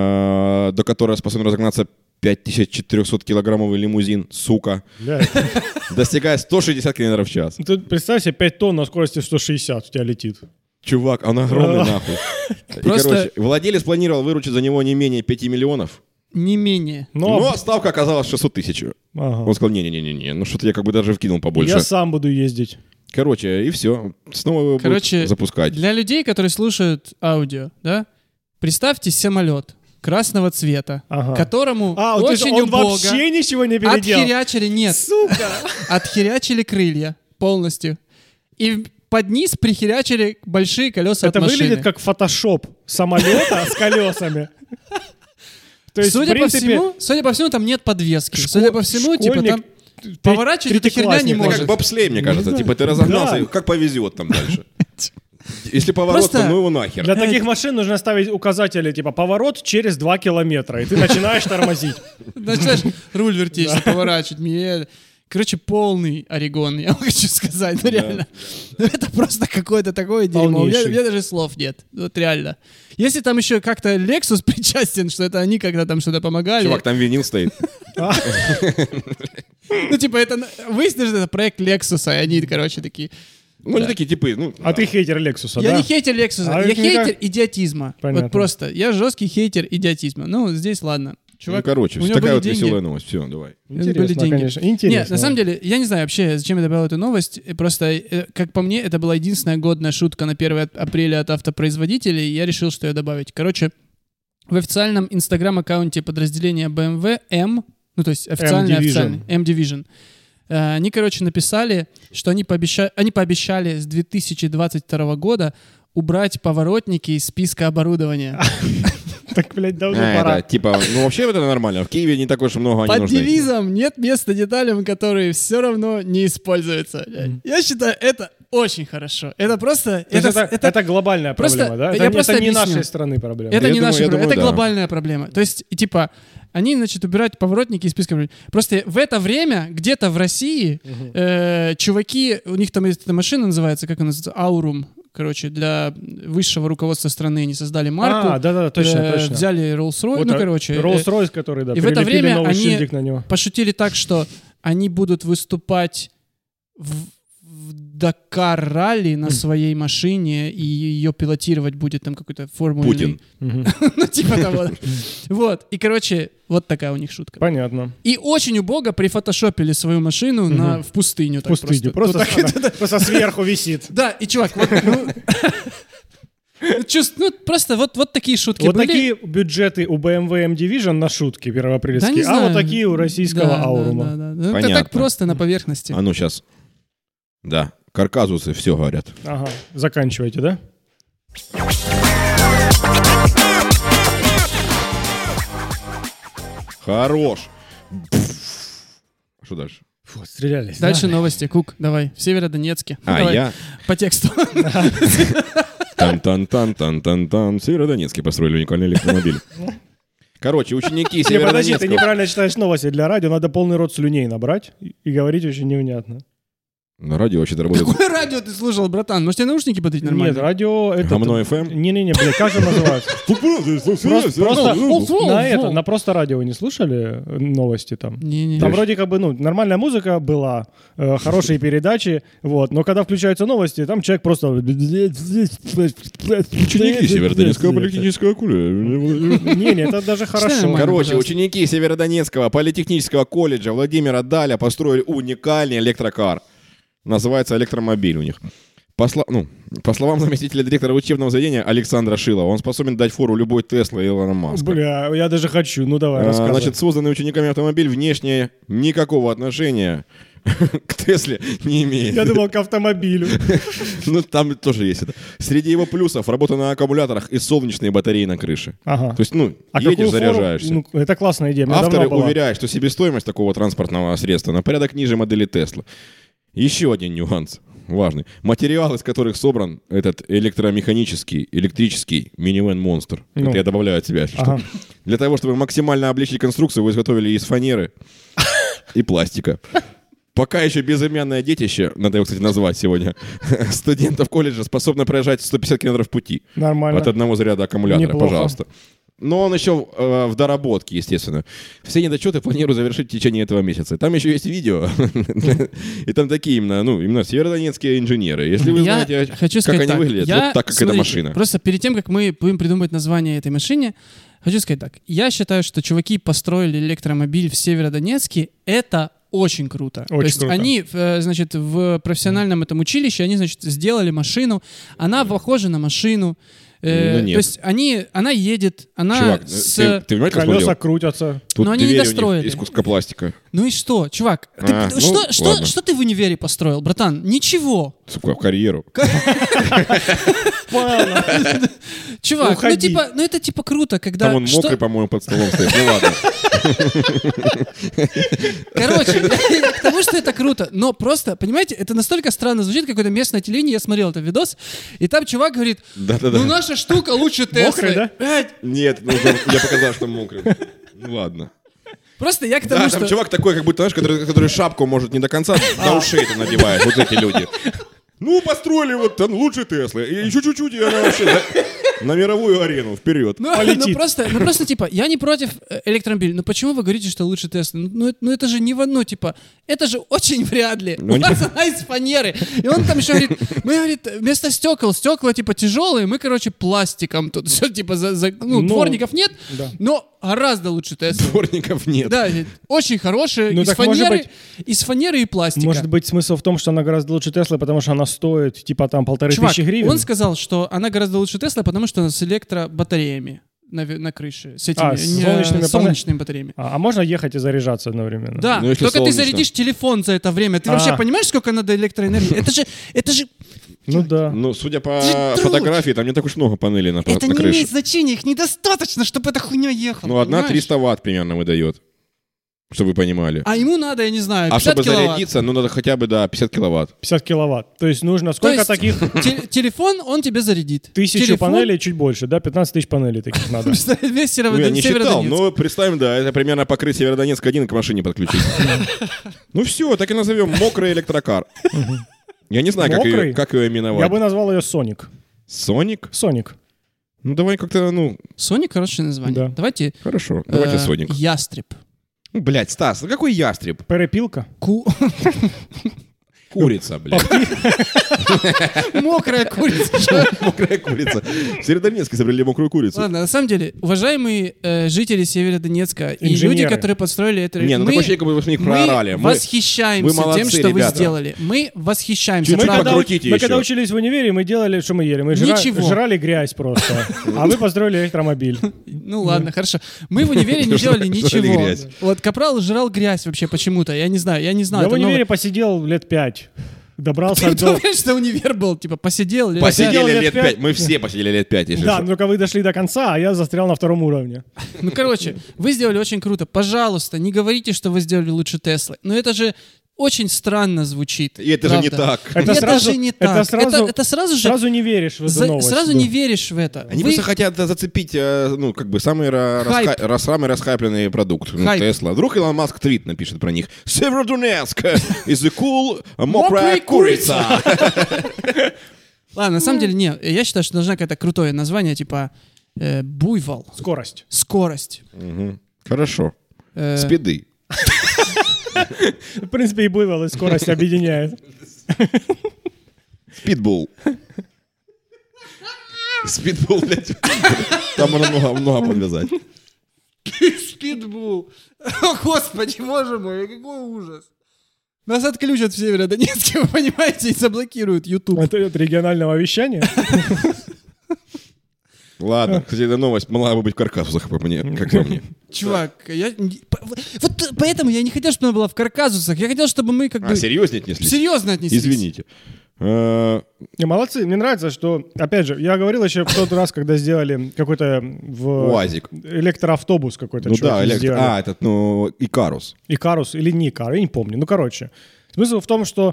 э, до которой способен разогнаться пять тысяч четыреста килограммовый лимузин, сука, Блядь. достигая сто шестьдесят километров в час. Тут представь себе пять тонн на скорости сто шестьдесят у тебя летит. Чувак, он огромный нахуй. И, Просто- короче, владелец планировал выручить за него не менее пяти миллионов, Не менее. Но, но ставка оказалась шестьсот тысяч. Ага. Он сказал, не-не-не-не, ну что-то я как бы даже вкинул побольше. Я сам буду ездить. Короче, и все. Снова его Короче, будут запускать. Для людей, которые слушают аудио, да, представьте самолет красного цвета, Ага. которому А, вот то есть очень он убого вообще ничего не переделал. отхерячили, нет, Сука! отхерячили крылья полностью. И под низ прихерячили большие колеса Это от машины. выглядит как фотошоп самолета с колесами. То есть, судя, в принципе, по всему, судя по всему, там нет подвески. шко- Судя по всему, типа школьник, там треть- поворачивать эта херня не третьеклассник. Это может. как бобслей, мне кажется. Да. Типа ты разогнался, Да. и как повезет там дальше. Если поворот, Просто- то ну его нахер. Для таких машин нужно ставить указатели, типа поворот через два километра, и ты начинаешь тормозить. Начинаешь руль вертеть, поворачивать. Мне... Короче, полный Орегон, я хочу сказать, ну реально. Ну это просто какое-то такое дерьмо. У меня, Полнейший. у меня даже слов нет. Вот реально. Если там еще как-то Lexus причастен, что это они когда там что-то помогали. Чувак, там винил стоит. Ну типа это... Выяснилось, что это проект Lexus, и они, короче, такие... Ну, они такие типы, ну... А ты хейтер Лексуса, Я да? не хейтер Lexus, А я это не хейтер как- идиотизма. Понятно. Вот просто. Я жесткий хейтер идиотизма. Ну, здесь ладно. Ну, короче, у него такая были вот деньги. веселая новость. Все, давай. были Интересно, деньги. конечно. Интересно. Нет, на самом деле, я не знаю вообще, зачем я добавил эту новость. Просто, э, как по мне, это была единственная годная шутка на первое апреля от автопроизводителей, и я решил, что ее добавить. Короче, в официальном инстаграм-аккаунте подразделения бэ эм вэ M, ну то есть официальный, M-Division. официальный, M-Division, э, они, короче, написали, что они, пообеща... они пообещали с две тысячи двадцать второго года убрать поворотники из списка оборудования. Так, блядь, давно А, пора. это, типа, ну вообще это нормально. В Киеве не так уж много они Под нужны. девизом «нет места деталям, которые все равно не используются». Я считаю, это очень хорошо. Это просто... То есть Это, это, это- это глобальная просто- проблема, да? я Это, не- просто это не объясню. нашей страны проблема. это я не думаю- наша я проблема, думаю, это да. глобальная проблема. То есть, и типа, они, значит, убирают поворотники из списка. Просто в это время где-то в России э, чуваки, у них там есть эта машина называется, как она называется? Аурум. Короче, для высшего руководства страны они создали марку. А, да-да, точно, э, точно. Взяли Rolls-Royce, Вот, ну, а, короче. э, Rolls-Royce, который, да, и в это прилепили время новый они шильдик на него. пошутили так, что они будут выступать в, в Дакар-ралли на своей машине, и ее пилотировать будет там какой-то формульный... Путин. Мгм. Ну, типа того. Вот. И, короче, вот такая у них шутка. Понятно. И очень убого прифотошопили свою машину на, в пустыню. так Пустыню. Просто, Просто. она просто сверху висит. Да, и, чувак, вот, ну, Чувств- ну, просто вот, вот такие шутки Вот были. такие бюджеты у бэ эм вэ эм Division на шутки Да, первоапрельские, не а знаю. вот такие у российского Да, Аурума. да, да, да. Ну, это Понятно. так просто на поверхности. А ну сейчас. Да, карказусы все говорят. Ага, заканчивайте, да? Хорош. Что дальше? Фу, стрелялись. Дальше да? новости. Кук, давай. В Северодонецке. Ну, А давай. я... По тексту. Тан-тан-тан-тан-тан-тан. В Северодонецке построили уникальный электромобиль. Короче, ученики Не, подожди, ты Северодонецка... неправильно читаешь новости. Для радио надо полный рот слюней набрать и, и говорить очень невнятно. На радио вообще-то работает... Какое радио ты слушал, братан? Может, тебе наушники подарить нормально? Нет, радио это... Гомно эф эм? Не-не-не, блядь, как же называется? Просто, просто на это, на просто радио вы не слушали новости там? Не-не. Там вроде как бы, ну, нормальная музыка была, э, хорошие передачи, вот, но когда включаются новости, там человек просто... Ученики Северодонецкого политехнического колледжа. Не-не, это даже хорошо. нормально. Короче, пожалуйста. ученики Северодонецкого политехнического колледжа Владимира Даля построили уникальный электрокар. Называется электромобиль у них. По, сла- ну, по словам заместителя директора учебного заведения Александра Шилова, он способен дать фору любой Тесла и Илона Маска. Бля, я даже хочу, ну давай, А, рассказывай. значит, созданный учениками автомобиль внешне никакого отношения к Тесле не имеет. Я думал, к автомобилю. Ну, там тоже есть это. Среди его плюсов работа на аккумуляторах и солнечные батареи на крыше. Ага. То есть, ну, А едешь, какую фору? заряжаешься. Ну, это классная идея. У меня Авторы давно была. уверяют, что себестоимость такого транспортного средства на порядок ниже модели Тесла. Еще один нюанс важный. Материал, из которых собран этот электромеханический, электрический минивэн-монстр. Ну. Это я добавляю от себя, если Ага. что. Для того, чтобы максимально облегчить конструкцию, его изготовили из фанеры и пластика. Пока еще безымянное детище, надо его, кстати, назвать сегодня, студентов колледжа способно проезжать сто пятьдесят километров пути Нормально. от одного заряда аккумулятора, Неплохо. пожалуйста. Но он еще э, в доработке, естественно. Все недочеты планирую завершить в течение этого месяца. Там еще есть видео. И там такие именно, ну, именно северодонецкие инженеры. Если вы Я знаете, хочу как сказать они так. выглядят, Я- вот так, как эта смотрите, машина. Просто перед тем, как мы будем придумывать название этой машине, хочу сказать так. Я считаю, что чуваки построили электромобиль в Северодонецке. Это очень круто. Очень То есть круто. они, э, значит, в профессиональном этом училище, они, значит, сделали машину. Она похожа на машину. Э, Ну, нет. То есть они, она едет, она Чувак, с... ты, ты понимаешь, как Колеса смотрел? крутятся. Тут Но они не двери у них достроили. из куска пластика. Ну и что, чувак? ты- А, что, ну, что, ладно. что ты в универе построил, братан? Ничего. Сука, в карьеру. Ладно. Чувак, ну Уходи. типа, ну это типа круто, когда... Там он что- мокрый, по-моему, под столом стоит. Ну ладно. Короче, я к тому, что это круто. Но просто, понимаете, это настолько странно звучит, какое-то местное телевидение. Я смотрел этот видос, и там чувак говорит, Да-да-да. ну наша штука лучше Теслы. Мокрый, да? Блядь, Нет, ну, я показал, что мокрый. Ну ладно. просто я к тому, Да, что... там чувак такой, как будто, знаешь, который, который шапку может не до конца, до ушей это надевает. Вот эти люди. Ну, построили вот там лучше Теслы. И еще чуть-чуть, и она вообще на, на мировую арену, вперед. Ну, полетит. ну просто, ну просто типа, я не против э, электромобиля, но почему вы говорите, что лучше Тесла? Ну, ну, это- ну это же не в одну, типа, это же очень вряд ли. Ну, У не- нас она из фанеры. И он там еще говорит, мы, говорит, вместо стекол, стекла типа тяжелые, мы, короче, пластиком тут все типа, за, за- ну, Ну, дворников нет, да. но гораздо лучше Тесла. Дворников нет. Да, очень хорошие, Ну, из, так может фанеры, быть- из фанеры и пластика. Может быть, смысл в том, что она гораздо лучше Теслы, потому что она стоит, типа, там, полторы Чувак, тысячи гривен. он сказал, что она гораздо лучше Тесла, потому что она с электробатареями на, ве- на крыше, с этими А, с не- солнечными панель- солнечными батареями. А, а можно ехать и заряжаться одновременно? Да, Ну, если только ты солнечно. зарядишь телефон за это время. Ты А. вообще понимаешь, сколько надо электроэнергии? Это же, это же, Ну да. Ну, судя по Ты же труд. фотографии, там не так уж много панелей на, это на не крыше. имеет значения, их недостаточно, чтобы эта хуйня ехала. Ну, одна понимаешь? триста ватт примерно выдает, чтобы вы понимали. А ему надо, я не знаю, А пятьдесят чтобы киловатт. зарядиться, ну, надо хотя бы, да, пятьдесят киловатт. пятьдесят киловатт. То есть нужно То сколько есть таких? те- телефон, он тебе зарядит. Тысячу Телефон, панелей, чуть больше, да? пятнадцать тысяч панелей таких надо. представь, весь Ну, я не считал, Северодонецк. но представим, да, это примерно покрыть Северодонецк один к машине подключить. Ну все, так и назовем мокрый электрокар. Я не знаю, как Мокрый? ее, как ее Я именовать. бы назвал ее Соник. Соник? Соник. Ну давай как-то, ну, Соник хорошее название. Да. Давайте... хорошо, давайте э, Соник. Ястреб. Ну, блядь, Стас, ну какой ястреб? Перепилка. Ку... Курица, блядь. Мокрая курица. Мокрая курица. В Северодонецке изобрели мокрую курицу. Ладно, на самом деле, уважаемые э, жители Северодонецка и Инженеры. люди, которые построили это... Не, ну мы, такое ощущение, как бы вы с них мы проорали. Мы- восхищаемся вы молодцы, тем, что ребята. вы сделали. Мы восхищаемся. Чуть-чуть Мы правда. когда, подкрутите мы еще. когда учились в универе, мы делали, что мы ели? Мы жра- Ничего. жрали грязь просто. А вы построили электромобиль. Ну ладно, хорошо. Мы в универе не делали Жрали ничего. грязь. Вот Капрал жрал грязь вообще почему-то. Я не знаю, я не знаю. Я в это универе новое. посидел лет пять. Добрался Ты до... думаешь, что универ был? Типа посидел? лет Посидел Посидели лет лет пять. пять. Мы все посидели лет пять, если Да, что. но только вы дошли до конца, а я застрял на втором уровне. пять? Ну, короче, вы сделали очень круто. Пожалуйста, не говорите, что вы сделали лучше Теслы. Но это же очень странно звучит. И это же не правда. так. Это Это сразу- же не это так. сразу- это, это сразу же... Сразу не веришь в эту за- новость. сразу да. не веришь в это. Они Вы- просто хотят э, зацепить, э, ну, как бы, самый, ра- Хайп. раска- ра- самый расхайпленный продукт. Ну, Хайп. Тесла. Вдруг Илон Маск твит напишет про них. Северодонецк is a cool Мокрая мокрая курица. Ладно, на самом деле, нет. Я считаю, что должна какое-то крутое название, типа э, буйвол, Скорость. скорость. Мгм. Хорошо. э, Спиды. В принципе, и буйвол, и скорость объединяет. Спидбол. Спидбол, блядь. Там можно много, много подвязать. Спидбул. О, господи, боже мой, какой ужас. Нас отключат в Северодонецке, вы понимаете, и заблокируют YouTube. Это от регионального вещания. Ладно, кстати, эта новость могла бы быть в Каркасусах, по мне, как по мне. Чувак, я... не- по- Вот поэтому я не хотел, чтобы она была в Карказусах. Я хотел, чтобы мы как А, бы серьезнее отнеслись? серьезно отнеслись. Извините. Э, Не, молодцы. Мне нравится, что, опять же, я говорил еще в тот раз, когда сделали какой-то в... УАЗик. электроавтобус какой-то. Ну чуваки да, электро... сделали. А, этот, ну, Икарус. Икарус или не Икарус, я не помню. Ну, короче. Смысл в том, что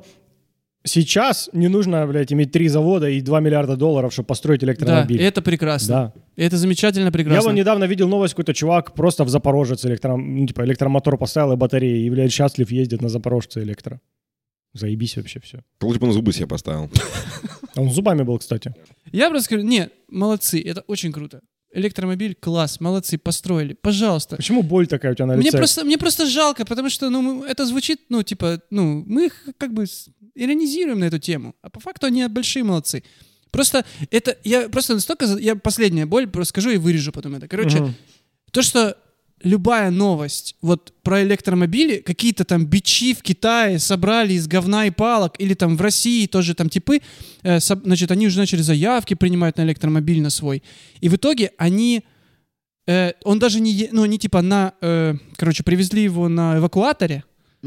сейчас не нужно, блядь, иметь три завода и два миллиарда долларов, чтобы построить Да, электромобиль. это прекрасно. Да. Это замечательно, прекрасно. Я вон недавно видел новость, какой-то чувак просто в Запорожец электро... ну, типа, электромотор поставил и батареи, и, блядь, счастлив ездит на Запорожце электро. Заебись вообще все. Лучше бы он зубы себе поставил. А он с зубами был, кстати. Я просто скажу, нет, молодцы, это очень круто. Электромобиль, класс, молодцы, построили. Пожалуйста. Почему боль такая у тебя на лице? Мне просто, мне просто жалко, потому что ну, мы- это звучит, ну, типа, ну, мы их как бы с- иронизируем на эту тему, а по факту они большие молодцы. Просто это, я просто настолько, за- я последняя боль, просто скажу и вырежу потом это. Короче, Мгм. то, что любая новость вот про электромобили, какие-то там бичи в Китае собрали из говна и палок, или там в России тоже там типы, э, со- значит, они уже начали заявки принимать на электромобиль на свой. И в итоге они, э, он даже не, е- ну, они типа на, э, короче, привезли его на эвакуаторе,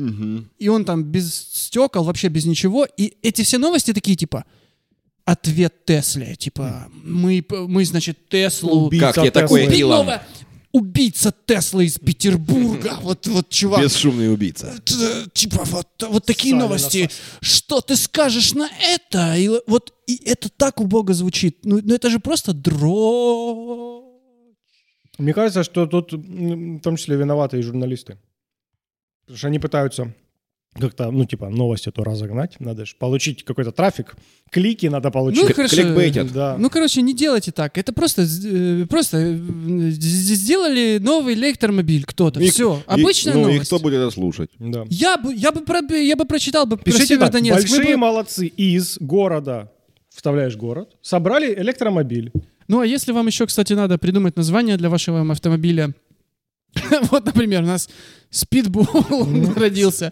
и он там без стекол, вообще без ничего. И эти все новости такие, типа, ответ Тесле. Типа, мы, п- мы значит, Теслу... Убийца Как тебе такое, Теслы. Илон? Новая- Убийца Теслы из Петербурга. Вот, вот, чувак. Бесшумный убийца. Т- Типа, вот, вот такие Ссали новости. на Что ты скажешь на это? И вот и это так убого звучит. Ну, ну это же просто дрочь. Мне кажется, что тут м, в том числе виноваты и журналисты. Потому что они пытаются как-то, ну, типа, новость эту разогнать. Надо же получить какой-то трафик. Клики надо получить. Ну, хорошо. Кликбейтят. Да. Ну, короче, не делайте так. Это просто, э, просто э, з- сделали новый электромобиль кто-то. И- Все. и- Обычная ну, новость. и кто будет это слушать? Да. Я бы, я бы, про- я бы прочитал бы про Пишите так, Северодонецк. Мы большие бы- молодцы из города, вставляешь город, собрали электромобиль. Ну, а если вам еще, кстати, надо придумать название для вашего автомобиля, вот, например, у нас Speedbull родился,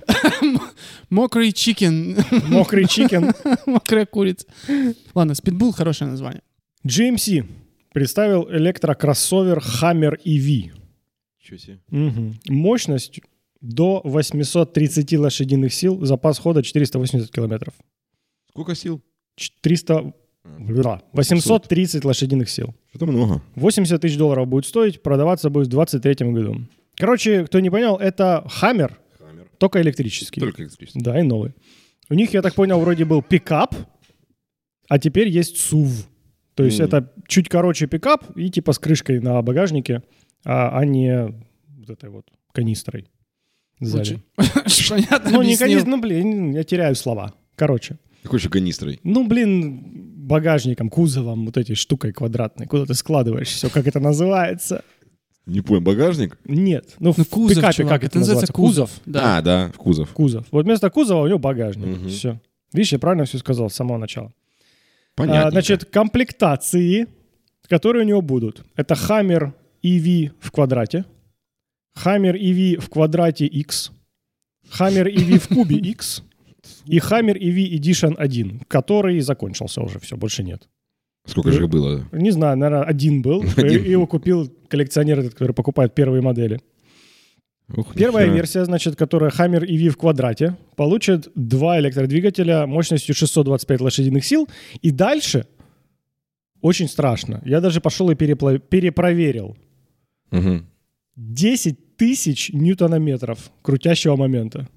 Мокрый чикен, Мокрый чикен. мокрая курица. Ладно, Speedbull хорошее название. джи эм си представил электрокроссовер Hammer и ви. Чё себе. Мгм. Мощность до восемьсот тридцать лошадиных сил, запас хода четыреста восемьдесят километров. Сколько сил? триста... Бля, восемьсот тридцать лошадиных сил. Что-то много. восемьдесят тысяч долларов будет стоить, продаваться будет в двадцать третьем году. Короче, кто не понял, это Hammer, Хаммер. только электрический. Только электрический. Да, и новый. У них, я так понял, вроде был пикап, а теперь есть сув. То есть Мгм. это чуть короче пикап и типа с крышкой на багажнике, а, а не вот этой вот канистрой сзади. Очень понятно Ну, не объяснил. канистра, ну, блин, я теряю слова. Короче. Какой же канистрой? Ну, блин, багажником, кузовом, вот этой штукой квадратной, куда ты складываешь все, как это называется. Не понял, багажник? Нет. Ну, Ну, в кузов, пикапе чувак, как это это называется кузов. Да. А, да, в кузов. Кузов. Вот вместо кузова у него багажник. Мгм. Все. Видишь, я правильно все сказал с самого начала. Понятно. А, значит, комплектации, которые у него будут. Это Hammer и ви в квадрате, Hammer и ви в квадрате X, Hammer и ви в кубе X и Hammer и ви Edition один, который закончился уже, все, больше нет. Сколько же их было? Не знаю, наверное, один был. Один. И его купил коллекционер, этот, который покупает первые модели. Ух, Первая нихера. версия, значит, которая Hammer и ви в квадрате, получит два электродвигателя мощностью шестьсот двадцать пять лошадиных сил. И дальше очень страшно. Я даже пошел и перепла- перепроверил. Мгм. десять тысяч ньютонометров крутящего момента.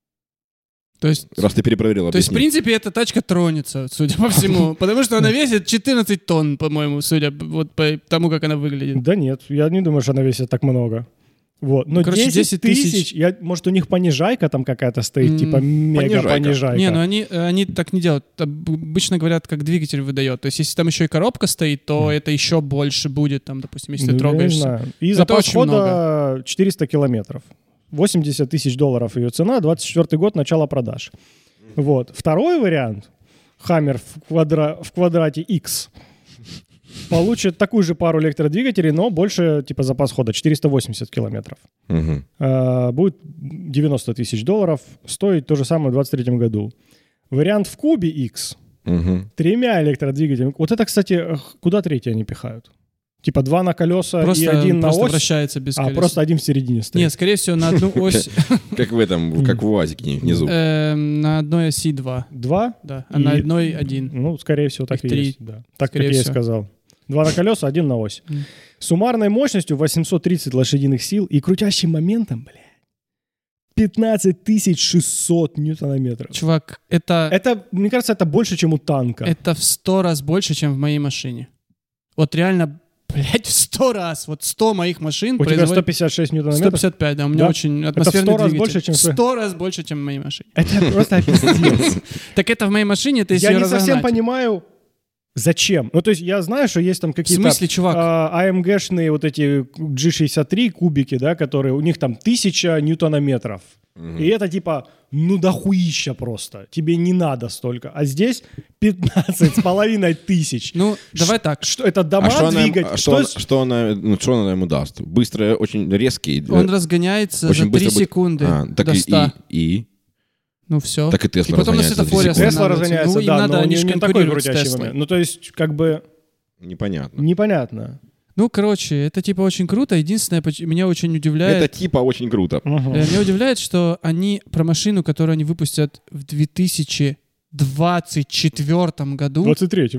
То есть, Раз ты перепроверил, то есть, в объясни. принципе, эта тачка тронется, судя по всему. Потому что она весит четырнадцать тонн, по-моему, судя вот по тому, как она выглядит. Да нет, я не думаю, что она весит так много. Вот. Но Ну, короче, десять десять тысяч. тысяч, я, может, у них понижайка там какая-то стоит, М, типа мега понижайка. понижайка. Не, ну они, они так не делают. Об- Обычно говорят, как двигатель выдает. То есть, если там еще и коробка стоит, то это еще больше будет, там, допустим, если Ну, ты я трогаешься. не знаю. И Это запас очень хода четыреста километров. восемьдесят тысяч долларов ее цена, двадцать четвёртый год, начало продаж. Вот. Второй вариант, Hammer в, квадра... в квадрате X, получит такую же пару электродвигателей, но больше, типа, запас хода, четыреста восемьдесят километров. Мгм. А, будет девяносто тысяч долларов, стоит то же самое в двадцать третьем году. Вариант в кубе X, Мгм. тремя электродвигателями. Вот это, кстати, эх, куда третий они пихают? Типа два на колеса Просто, и один на просто ось? вращается без А, колес. просто один в середине стоит. Нет, скорее всего, на одну ось, Как в этом, как в УАЗике внизу. эм, на одной оси два. Два? Да, а И- на одной один. Ну, скорее всего, так Их и три. есть. Да. Так, Скорее как я и всего. сказал. Два на колеса, один на ось. Мгм. Суммарной мощностью восемьсот тридцать лошадиных сил и крутящим моментом, блядь, пятнадцать тысяч шестьсот ньютонометров. Чувак, это, Это, мне кажется, это больше, чем у танка. это в сто раз больше, чем в моей машине. Вот реально, блядь, в сто раз. Вот сто моих машин У тебя производят... сто пятьдесят шесть сто ньютонометров? пятьдесят пять, да, у меня Да? очень в атмосферный сто раз двигатель. больше, чем в твоей- сто раз больше, чем в моей машине. Это просто пиздец. Так это в моей машине, это если Я её не совсем разогнать. понимаю, зачем. Ну, то есть я знаю, что есть там В какие-то смысле, чувак? а, АМГшные вот эти джи шестьдесят три кубики, да, которые, у них там тысяча ньютонометров. Мгм. И это типа, ну дохуища просто. Тебе не надо столько. А здесь пятнадцать с половиной тысяч. Ну, давай так. Что это дома А что она, двигать? а Что что, с- что она, ну, что она ему даст? Быстро, очень резкий. Он э, разгоняется очень за три быстро будет- секунды А, так до и, ста. и, и, Ну все. так и Тесла И потом на разгоняется за три светофоре секунды. Тесла останавливается. разгоняется, Ну, им да, надо, но у они нее ж не такой конкурируют с крутящий Теслой. момент. Ну, то есть, как бы, Непонятно. непонятно. Ну, короче, это типа очень круто. Единственное, поч- меня очень удивляет... Это типа очень круто. Мгм. Э, Меня удивляет, что они про машину, которую они выпустят в две тысячи двадцать четвёртом году, В двадцать третьем.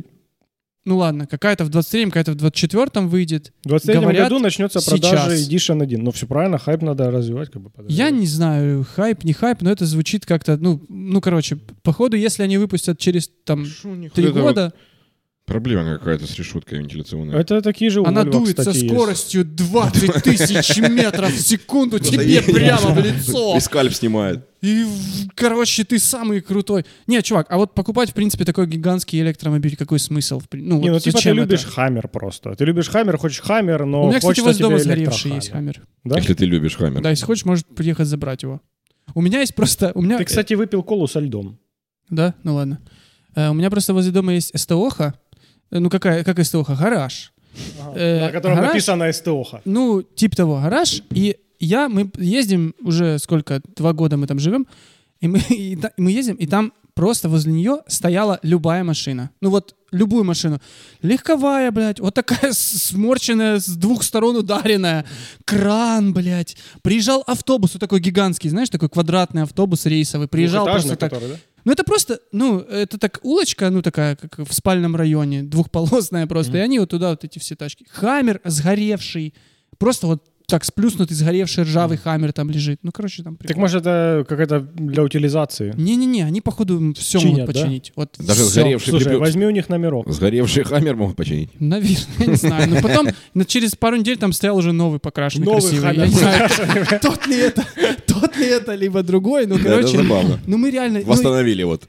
ну ладно, какая-то в двадцать третьем, какая-то в двадцать четвёртом выйдет. В двадцать третьем Говорят, году начнется продажа сейчас. Edition один. Ну, все правильно, хайп надо развивать. Как бы, Я не знаю, хайп, не хайп, но это звучит как-то, ну, ну, короче, походу, если они выпустят через там три Это года, Проблема какая-то с решеткой вентиляционной. Это такие же у она Volvo, дует со кстати, есть. скоростью двадцать тысяч метров в секунду тебе прямо в лицо. И скальп снимает. И, в- короче, ты самый крутой. Не, чувак, а вот покупать, в принципе, такой гигантский электромобиль, какой смысл? В при- Ну, Не, ну вот типа ты зачем любишь это? Хаммер просто. Ты любишь Хаммер, хочешь Хаммер, но У меня, кстати, хочется возле дома тебе сгоревший есть электрохаммер. Хаммер. Да? Если ты любишь Хаммер. Да, если хочешь, можешь приехать забрать его. У меня есть просто... У меня... Ты, кстати, выпил колу со льдом. Да? Ну ладно. Э, У меня просто возле дома есть СТОха. Э, Ну, какая, как СТОха? Гараж. Э, На котором гараж? написано СТОха. Ну, типа того, гараж. И я, мы ездим уже сколько, два года мы там живем, и мы, и та- и мы ездим, и там просто возле нее стояла любая машина. Ну вот, любую машину. Легковая, блядь, вот такая с- сморченная, с двух сторон ударенная. Кран, блядь. Приезжал автобус, вот такой гигантский, знаешь, такой квадратный автобус рейсовый. Приезжал просто Двухэтажный, так. который, да? Ну, это просто, ну, это так улочка, ну, такая, как в спальном районе, двухполосная просто, Мгм. и они вот туда вот эти все тачки. Хаммер сгоревший, просто вот так сплюснутый, сгоревший ржавый хаммер там лежит. Ну, короче, там... Так прикол. может это какая-то для утилизации? Не-не-не, они, походу, все Чинят, могут да? починить. Вот Даже всё. сгоревший Слушай, припев- возьми у них номерок. Сгоревший Хаммер могут починить. Наверное, я не знаю. Но потом, ну, через пару недель там стоял уже новый покрашенный, Новый красивый. Хаммер. Я не знаю, тот ли это, тот ли это, либо другой. Ну, Да, это короче, забавно. ну, мы реально... ну, Восстановили вот.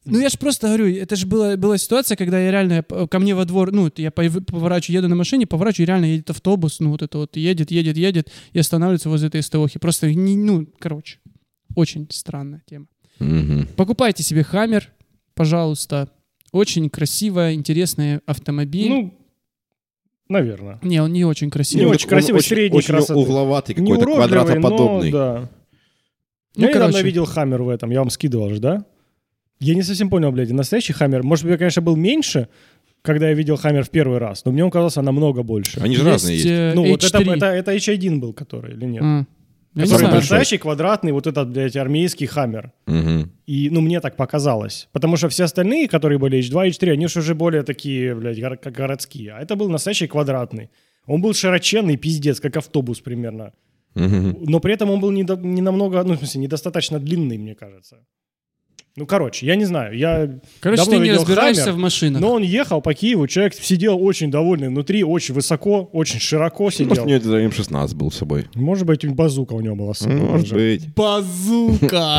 Ну, я ж просто говорю, это же была, была ситуация, когда я реально ко мне во двор, ну, я поворачиваю, еду на машине, поворачиваю, и реально едет автобус, ну, вот это вот, едет, едет, едет, и останавливается возле этой СТОхи. Просто, не, ну, короче, очень странная тема. Мгм. Покупайте себе Хаммер, пожалуйста. Очень красивый, интересный автомобиль. Ну, наверное. не, он не очень красивый. Не Ну, очень он красивый, очень- средней очень красоты. угловатый, Не какой-то уродливый, квадратоподобный. но да. Ну, Я недавно короче. видел Хаммер в этом, я вам скидывал же, да? Я не совсем понял, блядь, настоящий Хаммер. Может быть, я, конечно, был меньше, когда я видел Хаммер в первый раз, но мне он казался намного больше. Они же разные есть. э, Ну, вот эйч это, три. это, это эйч один был, который, или нет? А, я не Который знаю. большой. настоящий, квадратный, вот этот, блядь, армейский Хаммер. Мгм. И, ну, мне так показалось. Потому что все остальные, которые были эйч два, эйч три, они же уже более такие, блядь, гор- как городские. А это был настоящий квадратный. Он был широченный, пиздец, как автобус примерно. Мгм. Но при этом он был не, до- не намного, ну, в смысле, недостаточно длинный, мне кажется. Ну, короче, я не знаю. Я Короче, давно ты не видел разбираешься Хаммер, в машинах. но он ехал по Киеву, человек сидел очень довольный внутри, очень высоко, очень широко Может, сидел. у него это эм шестнадцать был с собой. Может быть, базука у него была с собой. Может тоже. быть. Базука!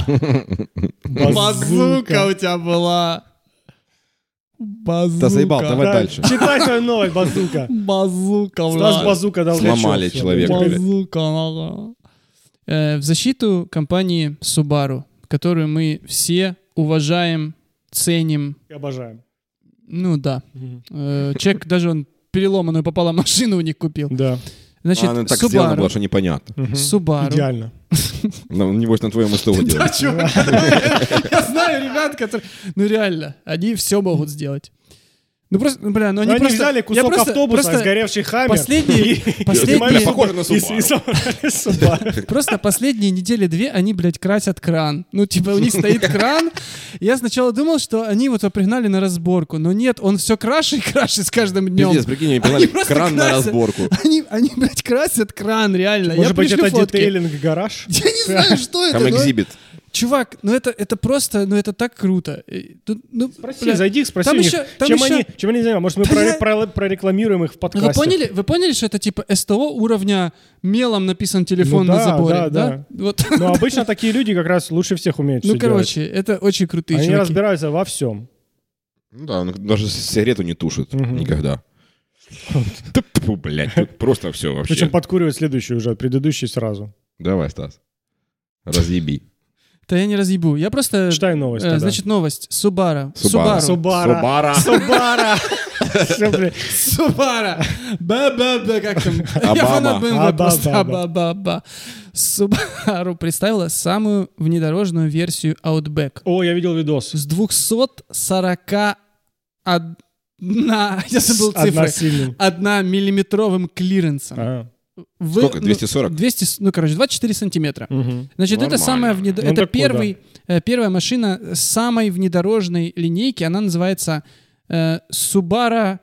Базука у тебя была. Базука. Да заебал, давай Да, дальше. Читай свою новость, базука. Базука, Стас Влад. Базука дал Сломали лечёвку. человека. Базука, ага. Э, В защиту компании Subaru, которую мы все уважаем, ценим. И обожаем. Ну да. Э, Человек даже он переломанную пополам машину у них купил. Да. Значит, А, она так сделана была, Subaru. что непонятно. Subaru. Идеально. Ну, небось, на твоем СТО Да, делают. чувак, я знаю ребят, которые... Ну реально, они все могут сделать. Ну просто, ну, бля, ну они Они просто... взяли я кусок просто- автобуса, просто сгоревший Хаммер. Последние, Бля, последние, похоже на И- Subaru. и собрали Subaru. просто последние недели две они, блядь, красят кран. Ну, типа, у них стоит кран. Я сначала думал, что они вот его пригнали на разборку, но нет, он все краше и краше с каждым днем. Пиздец, прикинь, они погнали просто кран на красят. разборку. Они, они, блядь, красят кран, реально. Я Может быть, пришлю это фотки. детейлинг-гараж? Я не знаю, что это. Там но- экзибит. Чувак, ну это, это просто, ну это так круто. Э, тут, ну, Спроси, бля, зайди, спроси там у них, еще- там чем, еще- они, чем они занимаются. Может, мы Да про- я- про- прорекламируем их в Вы подкасте. поняли, вы поняли, что это типа СТО уровня мелом написан телефон Ну на да, заборе, да, да? да. Вот. Но обычно такие люди как раз лучше всех умеют Ну, всё короче, это очень крутые делать. Они чуваки. разбираются во всем. Ну да, он даже сигарету не тушит. Мгм. Никогда. Тьфу, блядь, тут просто все вообще. Причем подкуривают следующую уже, предыдущий сразу. Давай, Стас. Разъеби. Да я не разъебу. Я просто... Читай новость э, тогда. Значит, новость. Subaru. Subaru. Субара. Субара. Субара. Всё, блядь. Subaru. Ба-ба-ба, как там? Я Обама. фанат бэ эм вэ просто. Аба-ба-ба. Ба-ба-ба. Subaru представила самую внедорожную версию Outback. О, я видел видос. С двухсот сорока одна, я забыл Одна цифры, сильным. одна миллиметровым клиренсом. А, В- Сколько? ну, двести сорок? двести, ну, короче, двадцать четыре сантиметра. мгм. Значит, это Нормально. самая внедо- Ну, это такой, первый, э, первая машина самой внедорожной линейки. Она называется э, Subaru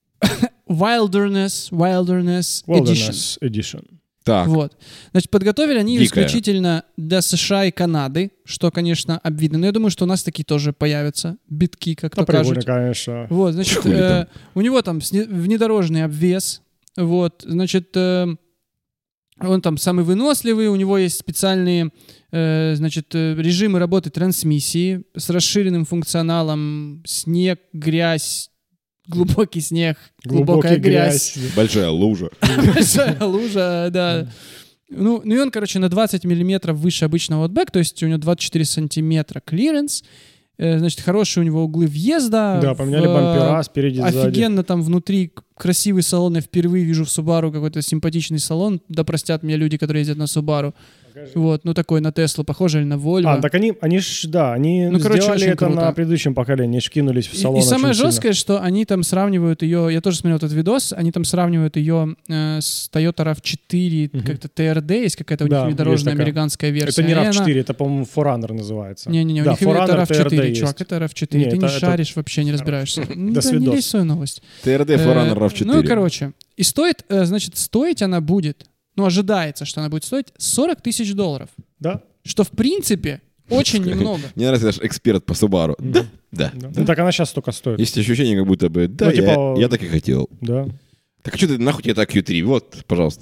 Wilderness, Wilderness Edition. Wilderness Edition. Так, Вот. Значит, подготовили они ее Дикая. исключительно для США и Канады, что, конечно, обидно. Но я думаю, что у нас такие тоже появятся. Битки, как Да, то прикольно, кажут. конечно. Вот, значит, Хули э, у него там сне- внедорожный обвес. Вот, значит, э, он там самый выносливый, у него есть специальные, э, значит, э, режимы работы трансмиссии с расширенным функционалом: снег, грязь, глубокий снег, глубокая Глубокий грязь, большая лужа. большая лужа, да. Ну, ну и он, короче, на двадцать миллиметров выше обычного Outback, то есть у него двадцать четыре сантиметра клиренс. Э, Значит, хорошие у него углы въезда. Да, поменяли в- бампера спереди, сзади. Офигенно там внутри к- красивый салон. Я впервые вижу в Subaru какой-то симпатичный салон. Да простят меня люди, которые ездят на Subaru. Вот, ну такой на Теслу похоже или на Volvo. А, так они, они ж, да, они Ну, короче, сделали очень это круто. на предыдущем поколении, они ж кинулись в И- салон И, самое очень сильно. жесткое, что они там сравнивают ее, я тоже смотрел этот видос, они там сравнивают ее э, с Toyota рав четыре, Мгм. как-то ти ар ди, есть какая-то у Да, них есть внедорожная такая. американская версия. Это не И рав она- четыре, это, по-моему, Forerunner называется. Не-не-не, у Да, них именно это Forerunner рав ти ар ди четыре, есть. чувак, это рав четыре. Не, Ты это- не это- шаришь вообще, не разбираешься. Ну, До да, не свидос. лезь в свою новость. ТРД Э, Forerunner рав четыре. Ну, короче, и стоит, э, значит, стоить она будет, ну, ожидается, что она будет стоить сорок тысяч долларов. Да? Что, в принципе, очень немного. Мне нравится наш эксперт по Subaru. Да, да. Да. Ну, так она сейчас столько стоит. Есть ощущение, как будто бы, да, Ну, я, типа- я так и хотел. Да. Так а что ты, нахуй тебе так кью три? Вот, пожалуйста.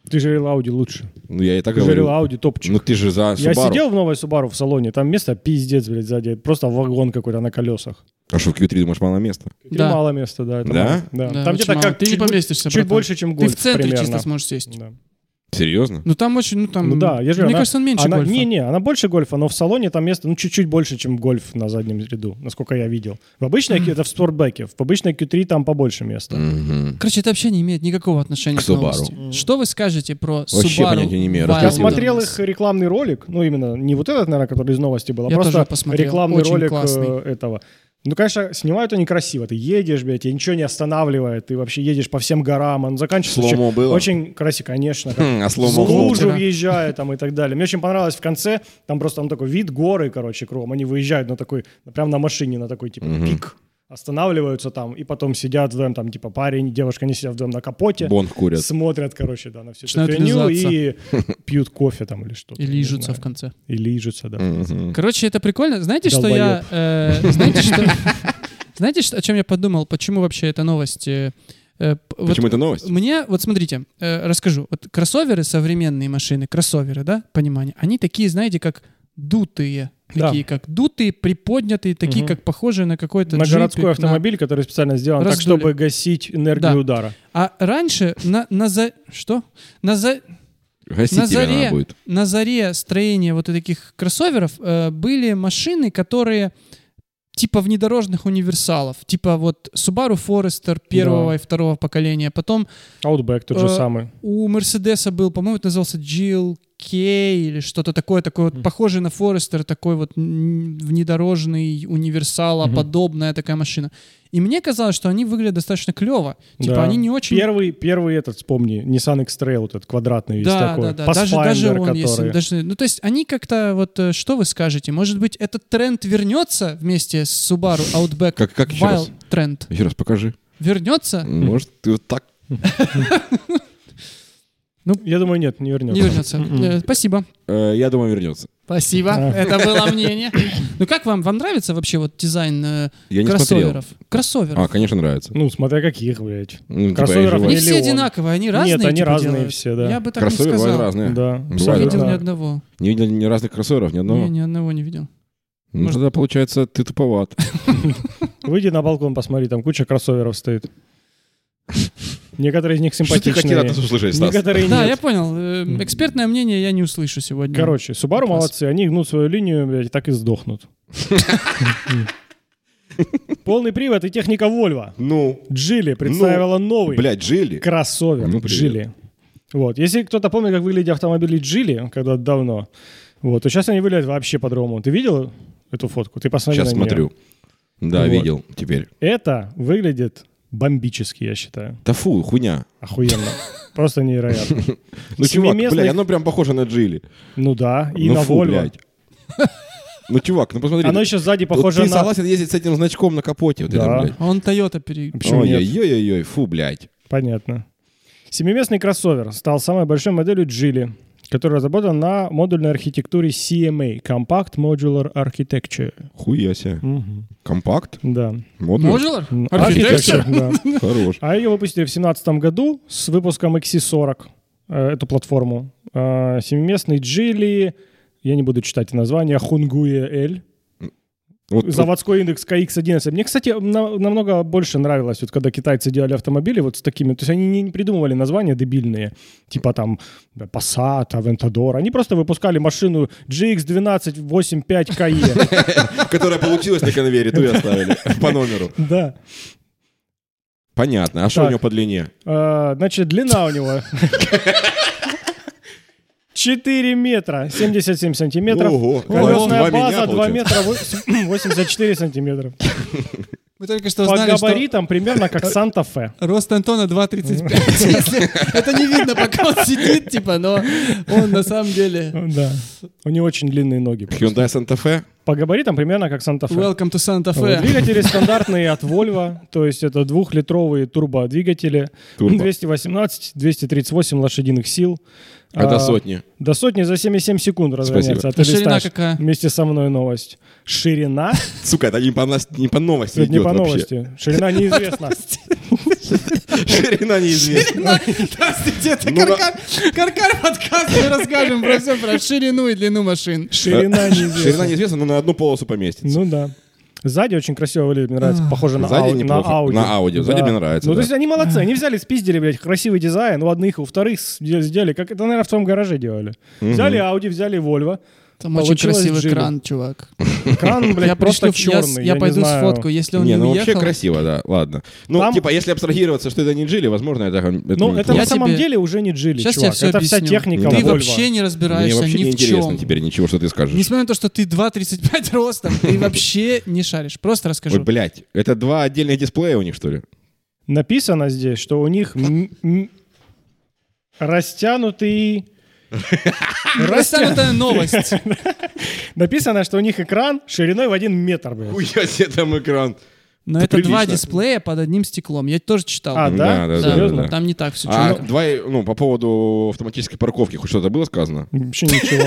Ты же говорил, Audi лучше. Ну, я и так Ты же говорю. говорил, Audi топчик. Ну, ты же за Subaru. Я сидел в новой Subaru в салоне, там место пиздец, блядь, сзади. Просто вагон какой-то на колесах. А что, в кью три, думаешь, мало места? Да. Мало места, да. Это Да? мало. Да. Да, Там очень где-то мало. как Ты не чуть, поместишься, чуть братан. больше, чем Ты гольф в центре примерно. чисто сможешь сесть. Да. Серьезно? Ну там очень, ну там... Ну да, я же Мне она- кажется, он меньше она, гольфа. Не-не, она больше гольфа, но в салоне там место, ну, чуть-чуть больше, чем гольф на заднем ряду, насколько я видел. В обычной, это в спортбеке, в обычной кью три там побольше места. Мгм. Короче, это вообще не имеет никакого отношения К к, новости. Subaru. Что вы скажете про Вообще Subaru понятия не имею. Wilderness? Расскажи. Я смотрел их рекламный ролик, ну, именно не вот этот, наверное, который из новости был, а Я просто тоже посмотрел. рекламный Очень ролик классный. э, этого. Ну, конечно, снимают они красиво. Ты едешь, блядь, тебя ничего не останавливает, ты вообще едешь по всем горам, он заканчивается Слоумо очень, было? очень красиво, конечно. Как Хм, а в слоумо лужу было? въезжает там и так далее. Мне очень понравилось в конце, там просто там такой вид горы, короче, кругом. Они выезжают на такой, прям на машине, на такой, типа, Мгм. пик. Останавливаются там, и потом сидят вдвоем, там, типа, парень, девушка, они сидят вдвоем на капоте. Бонд курят. Смотрят, короче, да, на всю эту Начинают фигню лизаться. и пьют кофе там или что-то. И не лижутся знаю. в конце. И лижутся, да. Мгм. Короче, это прикольно. Знаете, что я... э, знаете, что... Знаете, что- о чем я подумал? Почему вообще эта новость... э, э, п- вот Почему это новость? Мне, вот смотрите, э, расскажу. Вот кроссоверы, современные машины, кроссоверы, да, понимание, они такие, знаете, как дутые. Да. Такие, как дутые, приподнятые, такие, Мгм. как похожие на какой-то На джипик, городской на- автомобиль, который специально сделан так, Раздули. чтобы гасить энергию Да. удара. А раньше на, на за... Что? На за... Гасить на тебя заре, надо будет. на заре строения вот таких кроссоверов э, были машины, которые типа внедорожных универсалов. Типа вот Subaru Forester первого Да. и второго поколения. Потом Outback тот же Э, самый. у Мерседеса был, по-моему, это назывался джи эл кей или что-то такое, такой вот похожий на Forester, такой вот м, внедорожный универсала, Мгм. подобная такая машина. И мне казалось, что они выглядят достаточно клево. Типа Да. они не очень... Первый, первый этот, вспомни, Nissan X-Trail, вот этот квадратный весь Да, такой. да, да. Даже, Pathfinder, даже он который... есть. Даже, ну, то есть они как-то, вот э, что вы скажете? Может быть, этот тренд вернется вместе с Subaru Outback Как- как еще Wild раз? тренд? Еще раз покажи. Вернется? Может, ты вот так? Ну, я думаю, нет, не вернется. Не вернется. Мгм. Э, Спасибо. Э, Я думаю, вернется. Спасибо. А. Это было мнение. Ну как вам? Вам нравится вообще вот дизайн э, Я не кроссоверов? Кроссоверов. А, конечно, нравится. Ну, смотря каких, блядь. Ну, типа, кроссоверов я Они живу- не все миллион. одинаковые, они разные. Нет, они типа, разные делают? все, да. Я бы так Кроссоверы не бывают сказал. разные. Да, Не Бывает. видел абсолютно. ни одного. Не видел ни разных кроссоверов, ни одного? Не, ни одного не видел. Ну, Может- тогда, получается, ты туповат. Выйди на балкон, посмотри, там куча кроссоверов стоит. Некоторые из них Что ты хотел от симпатичные. нас услышать, Стас? Некоторые Да, я нет. понял. Э, Экспертное мнение я не услышу сегодня. Короче, Subaru Класс. молодцы, они гнут свою линию, блядь, так и сдохнут. Полный привод и техника Volvo. Ну, Джили представила новый блядь, Джилли. кроссовер Ну, привет. Джили. Вот. Если кто-то помнит, как выглядели автомобили Джили, когда давно, вот, то сейчас они выглядят вообще по-другому. Ты видел эту фотку? Ты посмотри Сейчас на неё. смотрю. Да, Вот. видел теперь. Это выглядит бомбически, я считаю. Да фу, хуйня. Охуенно. Просто невероятно. Ну, чувак, Семиместный- блядь, оно прям похоже на Джилли. Ну да, и Ну на фу, Volvo. блядь. Ну, чувак, ну посмотри. Оно еще сзади Вот похоже ты на... согласен ездить с этим значком на капоте? Вот Да. это, блядь. А он Toyota пере... Почему нет? Ой-ой-ой, фу, блядь. Понятно. Семиместный кроссовер стал самой большой моделью Geely, который разработан на модульной архитектуре си эм эй – Compact Modular Architecture. Хуя себе. Мгм. Компакт? Да. Модуль? Modular? М, Architecture? да. Хорош. А ее выпустили в семнадцатом году с выпуском икс си сорок, э, эту платформу. Э, Семиместный Geely, я не буду читать название, Хунгуе L. Вот, вот Заводской индекс ка икс одиннадцать. Мне, кстати, на- намного больше нравилось, вот когда китайцы делали автомобили вот с такими, то есть они не придумывали названия дебильные, типа там да, Passat, Aventador. Они просто выпускали машину джи икс двенадцать восемьдесят пять кей. которая получилась на конвейере, ту и оставили по номеру. Да. Понятно. А что у Так. него по длине? А, Значит, длина у него четыре метра семьдесят семь сантиметров. Ого. Колесная Два меня, база два получается. метра восемьдесят четыре сантиметра. Мы только что По узнали, что габаритам примерно как Санта-Фе. рост Антона два тридцать пять. Если- Это не видно, пока он сидит, типа, но он на самом деле... Да. У него очень длинные ноги. Hyundai Santa Fe? По габаритам примерно как Санта-Фе. Welcome to Santa Вот, Fe. Двигатели стандартные от Volvo, то есть это двухлитровые турбодвигатели, Турбо. двести восемнадцать двести тридцать восемь лошадиных сил. А до А, сотни? До сотни за семьдесят семь секунд разгоняется. Спасибо. А ты А ширина листаешь какая? вместе со мной новость. Ширина? Сука, это не по, нас- не по новости Это не идет по вообще. новости. Ширина неизвестна. Ширина неизвестна. Здравствуйте, это Ну, на- Каркар Каркар подкаст, мы расскажем про все, про ширину и длину машин. Ширина Ширина неизвестна. неизвестна, но на одну полосу поместится. Ну да. Сзади очень красиво выглядит, мне нравится, похоже на, Сзади ау- на неплохо. Audi. На Audi, сзади мне нравится, Ну, да. то есть они молодцы, они взяли, спиздили, блядь, красивый дизайн у одних, у вторых с- сделали, как это, наверное, в твоем гараже делали. Взяли Audi, взяли Volvo. Там очень Получилось красивый Geely. кран, чувак. Экран, блядь, Я просто пришлю, я, с- черный. я не пойду знаю. сфоткаю, если он Не, не ну вообще уехал. красиво, да, ладно. Ну, Там- типа, если абстрагироваться, что это не Geely, возможно, это... это Ну, это неплохо. на Я самом тебе- деле уже не Geely, Сейчас я чувак. все Это вся объясню. техника Ты Volvo. вообще не Мне разбираешься вообще ни не в интересно чем. теперь ничего, что ты скажешь. Несмотря на то, что ты два тридцать пять ростом, ты вообще не шаришь. Просто расскажу. Ой, блядь, это два отдельных дисплея у них, что ли? Написано здесь, что у них м- м- растянутый... Растянутая новость. Написано, что у них экран шириной в один метр, блядь. Хуя себе там экран. Но Это это два прилично. дисплея под одним стеклом. Я тоже читал. А, да? Да, да, Да, Серьезно? там не так все. А два, ну, по поводу автоматической парковки хоть что-то было сказано? Вообще ничего.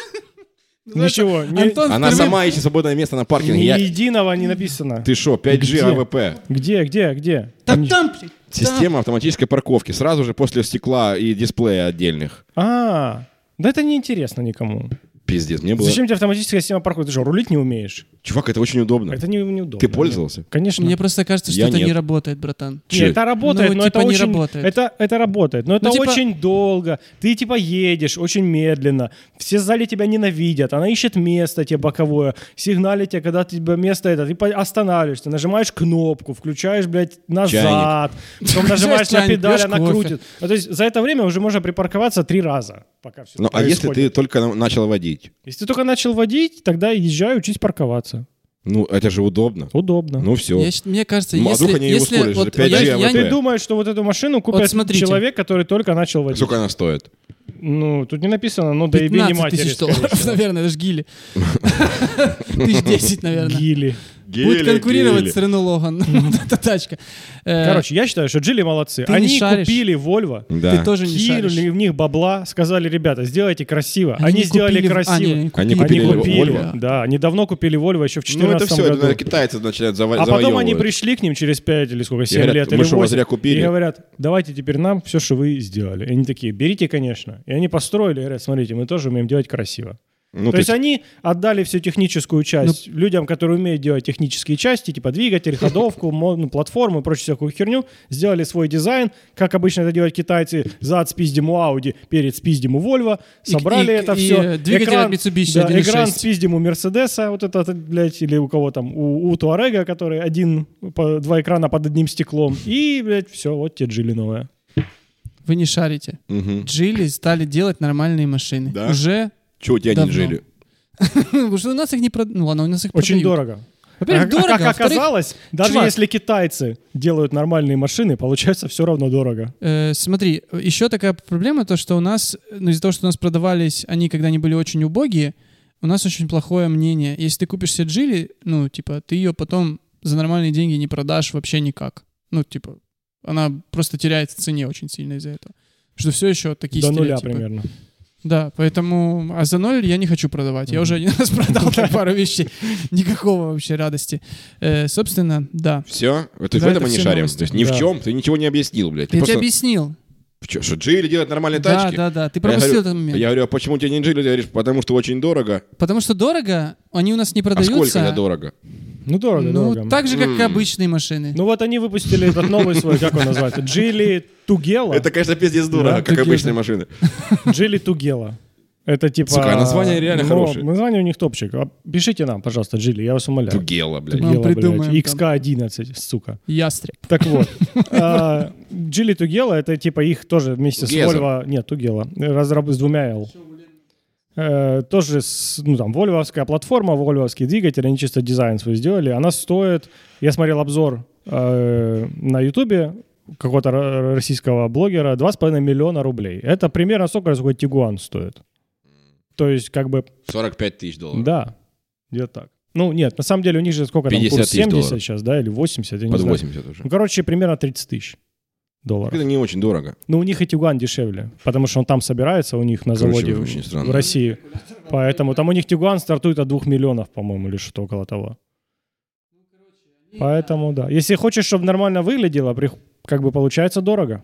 Ничего. ни- Антон Она впервые- сама ищет свободное место на паркинге. Ни Я- единого не написано. Ты шо, пять джи Где? АВП. Где, где, где? Да Там- там, блядь, Система автоматической парковки. Сразу же после стекла и дисплея отдельных. А, да это не интересно никому. Пиздец, мне было... Зачем тебе автоматическая система парковки? Ты что, рулить не умеешь? Чувак, это очень удобно. Это не, неудобно. Ты пользовался? Нет. Конечно. Мне просто кажется, что Я это нет. не работает, братан. Нет, это работает, Ну, но типа, это не очень... работает. Это, это работает, но это Ну, типа- очень долго. Ты типа едешь очень медленно. Все сзади тебя ненавидят. Она ищет место тебе боковое. Сигналит тебе, когда тебе место это. Ты по- останавливаешься, нажимаешь кнопку, включаешь, блядь, назад. Потом нажимаешь на чайник, педаль, пьешь она кофе. крутит. Ну, то есть за это время уже можно припарковаться три раза, пока все Ну, а если ты только на- начал водить? Если ты только начал водить, тогда езжай, учись парковаться. Ну, это же удобно. Удобно. Ну, все. Я счит- мне кажется, Ну, а если... вдруг они его если ускорят, вот, пять джи я- я АВП. не- Ты думаешь, что вот эту машину купит Вот смотрите. человек, который только начал водить? Сколько она стоит? Ну, тут не написано, но да и не пятнадцать матери, тысяч скорее долларов, всего. наверное, это ж гили. Тысяч десять, наверное. Гили. Будет конкурировать с Renault Logan. Вот эта тачка. Э, Короче, я считаю, что Джили молодцы. Ты не Они шаришь. купили Volvo, Да. Ты тоже не шаришь. кинули в них бабла, сказали, ребята, сделайте красиво. Они, не сделали купили в- красиво. а, не, Они Они купили купили, Volvo? да. Они давно купили Volvo еще в Ну, это две тысячи четырнадцатом все, это, году. наверное, китайцы начинают заво- А потом завоевывать. они пришли к ним через пять или сколько, семь говорят, лет мы или что, вас восемь, зря купили? и говорят, давайте теперь нам все, что вы сделали. И они такие, берите, конечно. И они построили, говорят, смотрите, мы тоже умеем делать красиво. Ну, То есть они отдали всю техническую часть людям, которые умеют делать технические части, типа двигатель, ходовку, мо- ну, платформу и прочую всякую херню, сделали свой дизайн, как обычно это делают китайцы, зад спиздим у Audi, перед спиздим у Volvo, И- собрали и- это и, все. э, двигатель от Mitsubishi да, один и экран шесть. спиздим у Мерседеса, вот этот, блядь, или у кого там, у, у Туарега, который один, по- два экрана под одним стеклом, и, блядь, все, вот тебе Джили новая. Вы не шарите. Угу. Джили стали делать нормальные машины. Да? Уже. Чего у тебя не Давно. жили? Потому что у нас их не продают. Ну ладно, у нас их Очень продают. дорого. Во-первых, А- дорого. а как во-вторых, оказалось, даже чувак. если китайцы делают нормальные машины, получается все равно дорого. Э, смотри, еще такая проблема, то, что у нас, ну, из-за того, что у нас продавались они, когда они были очень убогие, у нас очень плохое мнение. Если ты купишь себе Джили, ну, типа, ты ее потом за нормальные деньги не продашь вообще никак. Ну, типа, она просто теряется в цене очень сильно из-за этого. Что все еще такие До нуля стереотипы. примерно. Да, поэтому... А за ноль я не хочу продавать. Я уже один раз продал так пару вещей. Никакого вообще радости. Э, собственно, да. Все? То есть Да, в этом это мы не все шарим? новости. То есть ни в Да. чем? Ты ничего не объяснил, блядь. Ты Я просто... тебе объяснил. Чё, что Джили делает нормальные Да, тачки? да, да. Ты Я пропустил говорю- этот момент. Я говорю, а почему тебе не Джили? Ты говоришь, потому что очень дорого. Потому что дорого, они у нас не А продаются. сколько это дорого? Ну, дорого, Ну, дорого. так же, как М. обычные машины. Ну вот они выпустили этот новый свой, как он называется, Джили Тугела. Это, конечно, пиздец дорого, Да, как такие обычные же. машины. Джили Тугела. Это типа... Сука, а название реально ну, хорошее. Название у них топчик. А пишите нам, пожалуйста, Джили, я вас умоляю. Тугела, блядь. Мы Тугела, придумаем блядь. там. икс кей одиннадцать, сука. Ястреб. Так вот. а, Джили Тугела, это типа их тоже вместе с Тугеза. Volvo... Нет, Тугела. Разраб с двумя L. Э, тоже, с, ну там, вольвовская платформа, вольвовский двигатель, они чисто дизайн свой сделали. Она стоит... Я смотрел обзор э, на Ютубе какого-то ро- российского блогера, два с половиной миллиона рублей. Это примерно столько, сколько Тигуан стоит. То есть, как бы, сорок пять тысяч долларов. да, где-то так. Ну, нет, на самом деле у них же сколько там, пятьдесят курс тысяч семьдесят долларов. сейчас, да, или восемьдесят, я не Под знаю. восемьдесят уже. Ну, короче, примерно тридцать тысяч долларов. Это не очень дорого. Ну, у них и Тигуан дешевле, потому что он там собирается у них на Короче, заводе очень в, странно. в России. Поэтому там у них Тигуан стартует от двух миллионов, по-моему, или что-то около того. Поэтому да. Если хочешь, чтобы нормально выглядело, при- как бы получается дорого.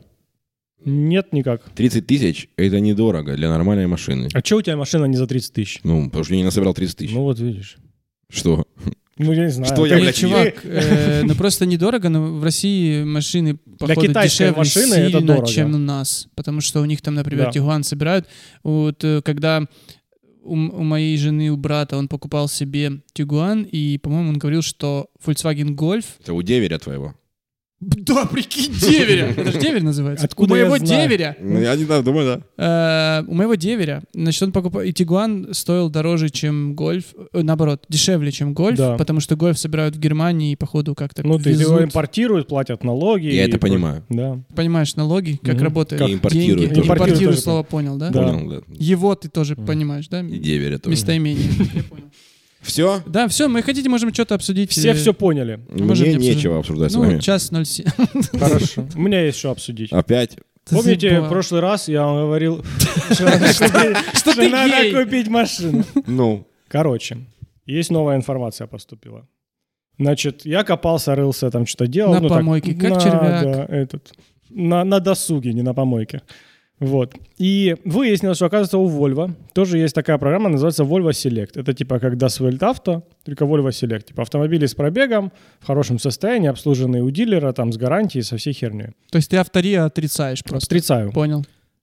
Нет никак. тридцать тысяч — это недорого для нормальной машины. А что у тебя машина не за тридцать тысяч? Ну, потому что я не насобирал тридцать тысяч. Ну вот видишь. Что? Ну я не знаю. Что я, Ты- блядь, ты- Чувак, э, ну просто недорого, но в России машины, походу, китайской дешевле машины это сильно, дорого. чем у нас. Потому что у них там, например, Да. Тигуан собирают. Вот э, когда у, у моей жены, у брата, он покупал себе Тигуан, и, по-моему, он говорил, что Volkswagen Golf... Это у деверя твоего. Да, прикинь, деверя! Это же деверь называется. Откуда у я моего знаю? деверя... Ну, я не знаю, думаю, да. Э, у моего деверя, значит, он покупал... И Тигуан стоил дороже, чем Гольф. э, Наоборот, дешевле, чем Гольф, Да. потому что Гольф собирают в Германии и, походу, как-то Ну ты его везут. импортируют, платят налоги. Я и это про- понимаю. Да. Понимаешь, налоги, как Мгм. работают И импортируют деньги. тоже. Импортирую Импортируют слово, тоже. понял, да? Да. Понял, да. Его ты тоже понимаешь, да? И деверя тоже. Местоимение. Я понял. Все? Да, все, мы хотите, можем что-то обсудить. Все Э, все поняли. Можем Мне не обсуждать. нечего обсуждать с Ну, вами. час ноль семь. Хорошо. У меня есть что обсудить. Опять? Помните, Заебал. в прошлый раз я вам говорил, что надо купить- Что что ты надо гей? купить машину. Ну, Короче, есть новая информация поступила. Значит, я копался, рылся, там что-то делал. На ну, так, помойке, как на, червяк. да, этот, на, на досуге, не на помойке. Вот. И выяснилось, что, оказывается, у Volvo тоже есть такая программа, называется Volvo Select. Это типа как Dasvelt Auto, только Volvo Select. Типа автомобили с пробегом, в хорошем состоянии, обслуженные у дилера, там, с гарантией, со всей херней. То есть ты автория отрицаешь просто. Отрицаю. Понял.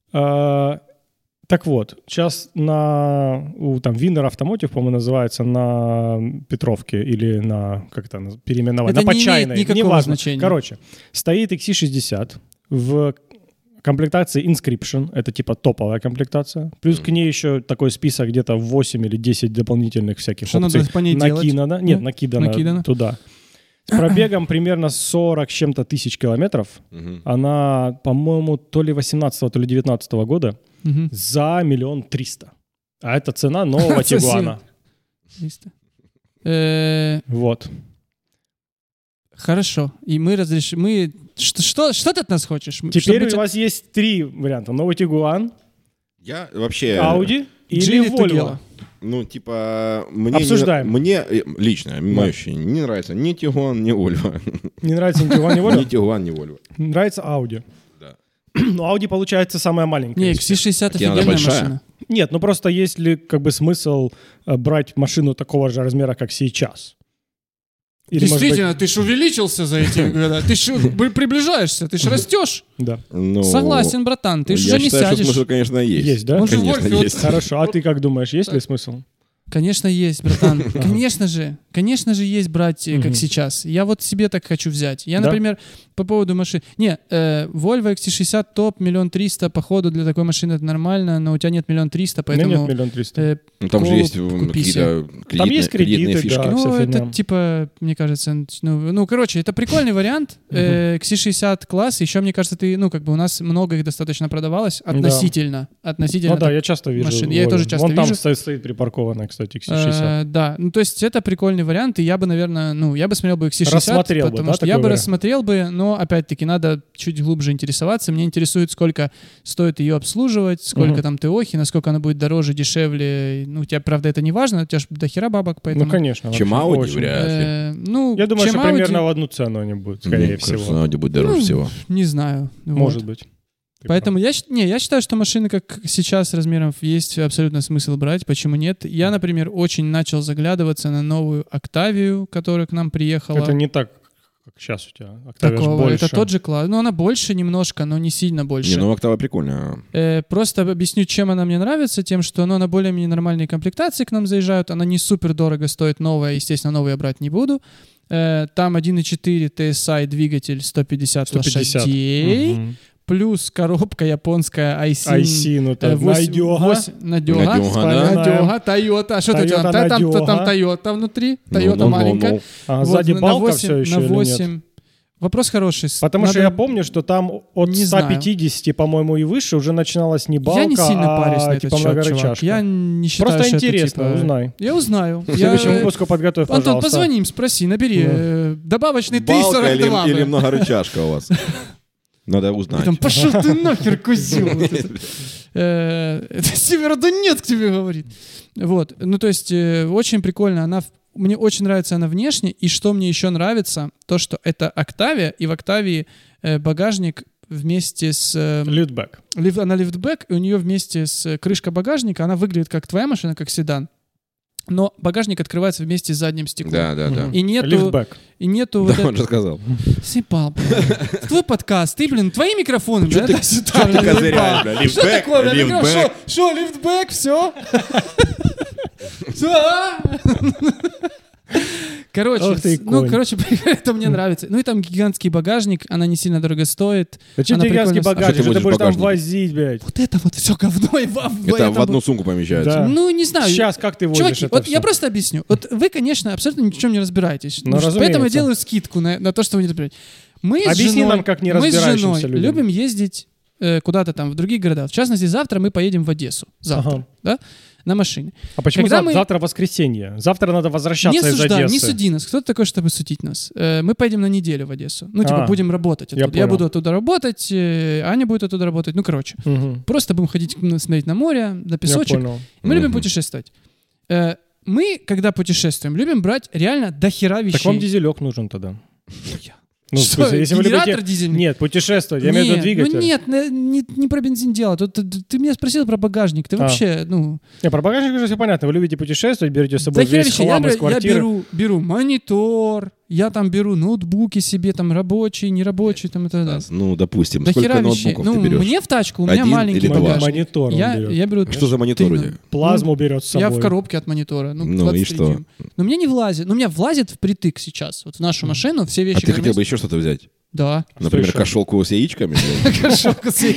А, так вот, сейчас на у там Winner Automotive, по-моему, называется, на Петровке или на как это наз- переименовать, Это на не имеет Почайной, никакого неважно. значения. Короче, стоит икс си шестьдесят в комплектации Inscription, это типа топовая комплектация, плюс к ней еще такой список где-то восемь или десять дополнительных всяких Что опций надо по ней делать? накидано, нет, Ну, накидано, накидано. туда. С пробегом примерно сорок с чем-то тысяч километров. мгм. Она, по-моему, то ли восемнадцатого, то ли девятнадцатого года Мгм. за миллион триста. А это цена нового Совсем. Тигуана. Чисто. Э, Вот. Хорошо. И мы разрешим... Мы... Что, что, что ты от нас хочешь? Мы- Теперь чтобы у тебя- вас есть три варианта. Новый Тигуан, Я вообще... Audi или Джили Volvo. Тугела. Ну, типа, мне... Обсуждаем. Не, мне, э, лично, мое ощущение, не нравится ни Тигуан, ни Вольво. Не нравится ни Тигуан, ни Ни Volvo? Тигуан, ни Вольво. Нравится Audi. Да. Ну, Audi получается самая маленькая. Не, из икс си всех. шестьдесят Тебе надо офигенная большая? машина. Нет, ну просто есть ли как бы смысл э, брать машину такого же размера, как сейчас? Или, может Действительно, ты ж увеличился за эти года. Ты ж б- приближаешься, ты ж растешь. быть, да. Ну, Согласен, братан, ты ж я уже не считаю, что сядешь. смысл, конечно, есть. Есть, да? Он же Конечно, Вольф, есть. Хорошо, а ты как думаешь, есть ли смысл? Конечно, есть, братан. Конечно же. Конечно же есть брать, э, как Мгм. сейчас. Я вот себе так хочу взять. Я, Да? например, по поводу машин... Не, э, Volvo икс си шестьдесят топ, миллион триста, походу, для такой машины это нормально, но у тебя нет миллион триста, У меня поэтому... нет миллион триста. э, Ну, там же Колу есть м, купи какие-то кредитные, Там есть кредитные кредиты, фишки. да. Ну, вся это фигня. типа, мне кажется, ну, ну, короче, это прикольный вариант. Э, икс си шестьдесят класс. Еще, мне кажется, ты, ну, как бы у нас много их достаточно продавалось относительно. Относительно. Ну да, я часто вижу. машин. Я Volvo. тоже часто Вон там вижу. стоит, стоит припаркованная, кстати, икс си шестьдесят. Э, да, ну то есть это прикольный вариант, и я бы, наверное, ну, я бы смотрел бы икс си шестьдесят, Рассмотрел бы, потому да, что я такой бы вариант? рассмотрел бы, но опять-таки надо чуть глубже интересоваться. Мне интересует, сколько стоит ее обслуживать, сколько Мгм. там ТОХи, насколько она будет дороже, дешевле. Ну, у тебя, правда, это не важно, у тебя же до хера бабок, поэтому... Ну, конечно. Чем вообще, Audi, очень. вряд ли. Э, ну, Я думаю, чем что Audi, примерно в одну цену они будут, скорее Ну, всего. кажется, Audi будет дороже Ну, всего. не знаю. Вот. Может быть. Ты Поэтому я, щ- не, я считаю, что машины, как сейчас размером, есть абсолютно смысл брать. Почему нет? Я, например, очень начал заглядываться на новую Октавию, которая к нам приехала. прав. Это не так, как сейчас у тебя. Octavia ж Такого. больше. Это тот же класс. Ну, она больше немножко, но не сильно больше. Не, ну Октава прикольная. Э, просто объясню, чем она мне нравится. Тем, что ну, на более-менее нормальные комплектации к нам заезжают. Она не супер дорого стоит, новая. Естественно, новую я брать не буду. Э, там один и четыре ти эс ай двигатель, сто пятьдесят, сто пятьдесят. лошадей. Мгм. Плюс коробка японская айсин. ай си, ну Э, так, восемь- надёга. восемь- Надёга. Надёга, да. Надёга, Тойота. А что тут? Toyota Там, там, там, надёга. там Тойота внутри. Ну, Тойота ну, ну, маленькая. ну. А Вот, сзади на балка восемь- все еще на или нет? восемь. Вопрос хороший. Потому что Надо- я помню, что там от Не ста знаю. пятидесяти, по-моему, и выше уже начиналась не балка, Я не сильно а парюсь на этот типа счет, чувак. многорычажка. Я не считаю, Просто что это, интересно, типа, узнай. Я узнаю. В следующем Я- выпуску подготовь, Антон, пожалуйста. позвони им, спроси, набери. Да. э, Добавочный три Балка сорок или, два. или блин. многорычажка у вас? Надо И узнать. там, пошел ты нахер, козел. Вот это. Э, Это Северодонецк тебе говорит. Вот. Ну, то есть, э, очень прикольно. Она в- мне очень нравится она внешне, и что мне еще нравится, то, что это Octavia, и в Octavia э, багажник вместе с... Э, Лифтбэк. лиф, она лифтбэк, и у нее вместе с крышкой багажника, она выглядит как твоя машина, как седан. Но багажник открывается вместе с задним стеклом. Да, да, да. И нету... Лифтбэк. И нету... Да, вот он это... же сказал. Сыпал, блядь. Твой подкаст, ты, блин, твои микрофоны, Чё блядь, ты- да, сюда, чё ты блядь, козыряешь, ебал. бля? Что Лифтбэк, такое, бля, микро- лифтбэк. шо- Шо, лифтбэк, все? Короче, Ох ты, ну, конь. короче, это мне нравится. Ну и там гигантский багажник, она не сильно дорого стоит. Зачем Она тебе гигантский прикольно- багажник? А что ты Что ты будешь будешь в там багажнике? возить, блядь? Вот это вот все говно и вам. Это в одну сумку помещается. Да. Ну, не знаю. Сейчас как ты возишь Чуваки, это вот всё? я просто объясню. Вот вы, конечно, абсолютно ни в чем не разбираетесь. Ну, Ну, что- разумеется. поэтому я делаю скидку на, на то, что вы не разбираетесь. Мы с Объясни женой, нам, как не мы с разбирающимся женой людям. любим ездить э, куда-то там в другие города. В частности, завтра мы поедем в Одессу. Завтра, Ага. да? На машине. А почему Когда зав- мы- завтра воскресенье? Завтра надо Не возвращаться из осуждай, Одессы. не суди нас. Кто ты такой, чтобы судить нас? Э, мы поедем на неделю в Одессу. Ну, типа, А, будем работать я оттуда. Я, понял. буду оттуда работать, э, Аня будет оттуда работать. Ну, короче. Мгм. Просто будем ходить м, смотреть на море, на Я песочек. понял. Мы любим Мгм. путешествовать. Э, мы, когда путешествуем, любим брать реально дохера вещей. Так вам дизелек нужен тогда. Ну, в Что, смысле, если вы генератор любите... дизельный? Нет, путешествовать, я имею в виду Нет, двигатель. Ну нет, не, не- не про бензин дело. Тут, ты, ты меня спросил про багажник. Ты А. вообще, ну... Не, про багажник уже все понятно. Вы любите путешествовать, берете с собой дохера весь вещей. Я, хлам из бля- я квартиры. беру, беру монитор, я там беру ноутбуки себе, там рабочие, нерабочие, там и так далее. Ну, допустим, Дохера сколько вещей. ноутбуков Ну, ты берешь? мне в тачку, у меня Один маленький или два? багажник. Монитор он Я, берет. я беру... Что за монитор у Ты- тебя? Плазму берет с собой. Я в коробке от монитора. Ну, Ну, двадцать и три что? дюйма. Но мне не влазит. Ну, у меня влазит впритык сейчас. Вот в нашу машину все вещи... А ты хотел которые бы еще что-то взять? у меня- Да. Например, еще? кошелку с яичками? блядь? Кошелку с-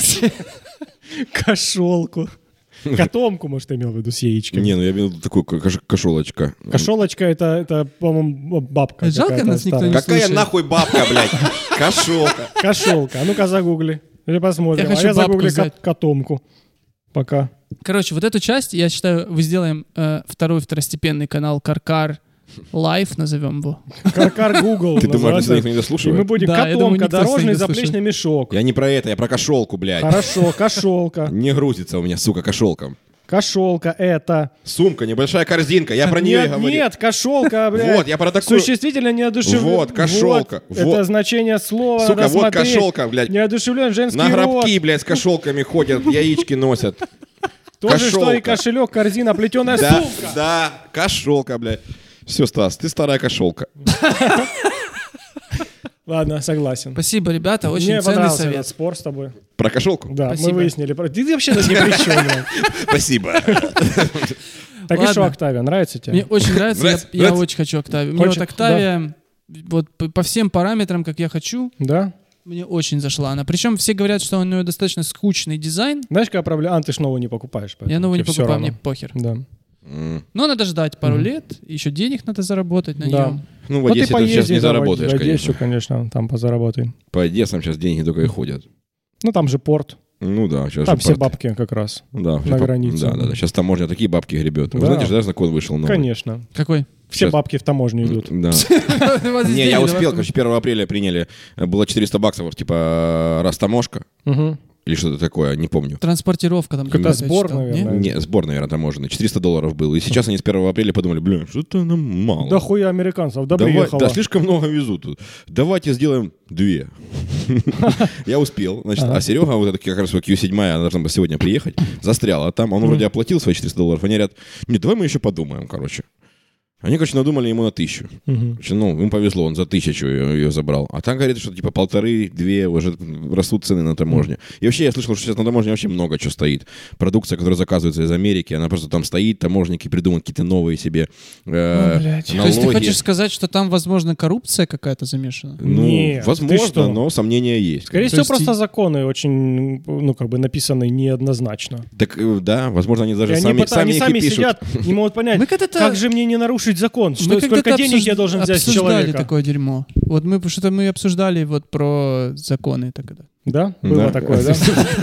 Кошелку. Котомку, может, имел в виду с яичками. Не, ну я имею в виду такую кош- кошелочка. Кошелочка это, это, по-моему, бабка. Жалко, какая-то нас никто старая. не Какая слушай. нахуй бабка, блядь? Кошелка. Кошелка. А ну-ка загугли. Или посмотрим. Я хочу а я бабку загуглю взять. кот- котомку. Пока. Короче, вот эту часть, я считаю, вы сделаем э, второй второстепенный канал Каркар Лайф, назовем его. Каркар Google. Ты думаешь, за них называется. не И мы дослушивают? будем Да, я думаю, котомка, никто с них дорожный не слушает. заплечный мешок. Я не про это, я про кошелку, блядь. Хорошо, кошелка. Не грузится у меня, сука, кошелка. Кошелка это. Сумка, небольшая корзинка, я про нее и Нет, говорю. нет, кошелка, блядь. Вот, я про такую... Существительно неодушевлен. Вот, кошелка, вот. Это значение слова. Сука, надо вот смотреть. кошелка, блядь. Неодушевлен женский На род. гробки, блядь, с кошелками ходят, яички носят. То же, что и кошелка. кошелек, корзина, плетеная Да, сумка. да, кошелка, блядь. Все, Стас, ты старая кошелка. Ладно, согласен. Спасибо, ребята, очень Мне ценный понравился совет. этот спор с тобой. Про кошелку? Да, Спасибо. мы выяснили. про- Ты вообще тут ни при чем, блядь. Спасибо. Так и Ладно. что, Октавия, нравится тебе? Мне очень нравится, я, Нравится? я Нравится? очень хочу Октавию. Мне Хочешь? вот Октавия, вот по, по всем параметрам, как я хочу, Да? мне очень зашла она. Причем все говорят, что у нее достаточно скучный дизайн. Знаешь, какая проблема? А, ты ж новую не покупаешь. Я поэтому новую не тебе всё покупаю, равно. мне похер. Да. М, Но надо ждать пару Мгм. лет, еще денег надо заработать на Да. нее. Ну, в Ну, ты Одессе ты сейчас поезди не там, заработаешь, в Одессу, конечно. конечно, там позаработай. По Одессам сейчас деньги только и ходят. Ну, там же порт. Ну да, сейчас Там же все порт. бабки как раз. Да, на по- границе. Да, да, да. Сейчас таможня такие бабки гребет. Вы Да. знаете, же, да, закон вышел новый? Конечно. Какой? Все Сейчас- бабки в таможню идут. Да. У вас здесь Не, я деньги, успел, давай. короче, первого апреля приняли, э, было четыреста баксов, типа, раз таможка, Мгм. или что-то такое, не помню. Транспортировка там. Это какая-то, я сбор, читал, не? наверное. Не, сбор, наверное, таможенный. четыреста долларов был. И сейчас они с первого апреля подумали, блин, что-то нам мало. Да хуя американцев, да Давай- приехало. да, слишком много везут. Давайте сделаем две. Я успел. Значит, Ага. а Серега, вот это как раз кью семь, она должна была сегодня приехать, застряла там. Он вроде оплатил свои четыреста долларов. Они говорят, нет, давай мы еще подумаем, короче. Они, короче, надумали ему на тысячу. Мгм. Короче, ну, им повезло, он за тысячу ее, ее забрал. А там говорит, что типа полторы-две уже растут цены на таможне. И вообще я слышал, что сейчас на таможне вообще много чего стоит. Продукция, которая заказывается из Америки, она просто там стоит, таможники придумают какие-то новые себе э, Ой, блядь. То есть ты налоги. хочешь сказать, что там, возможно, коррупция какая-то замешана? Ну, Нет, ты возможно, что? но сомнения есть. Скорее То всего, есть просто и- законы очень, ну, как бы написаны неоднозначно. Так, э, да, возможно, они даже И они, сами, пота- сами они их сами и пишут. сидят, не могут понять, Мы когда-то- как же мне не нарушить закон? Что, Мы сколько когда-то денег я обсуж- должен взять с обсуждали человека? такое дерьмо. Вот мы, что-то мы обсуждали вот про законы тогда. Да? Было Да. такое, да?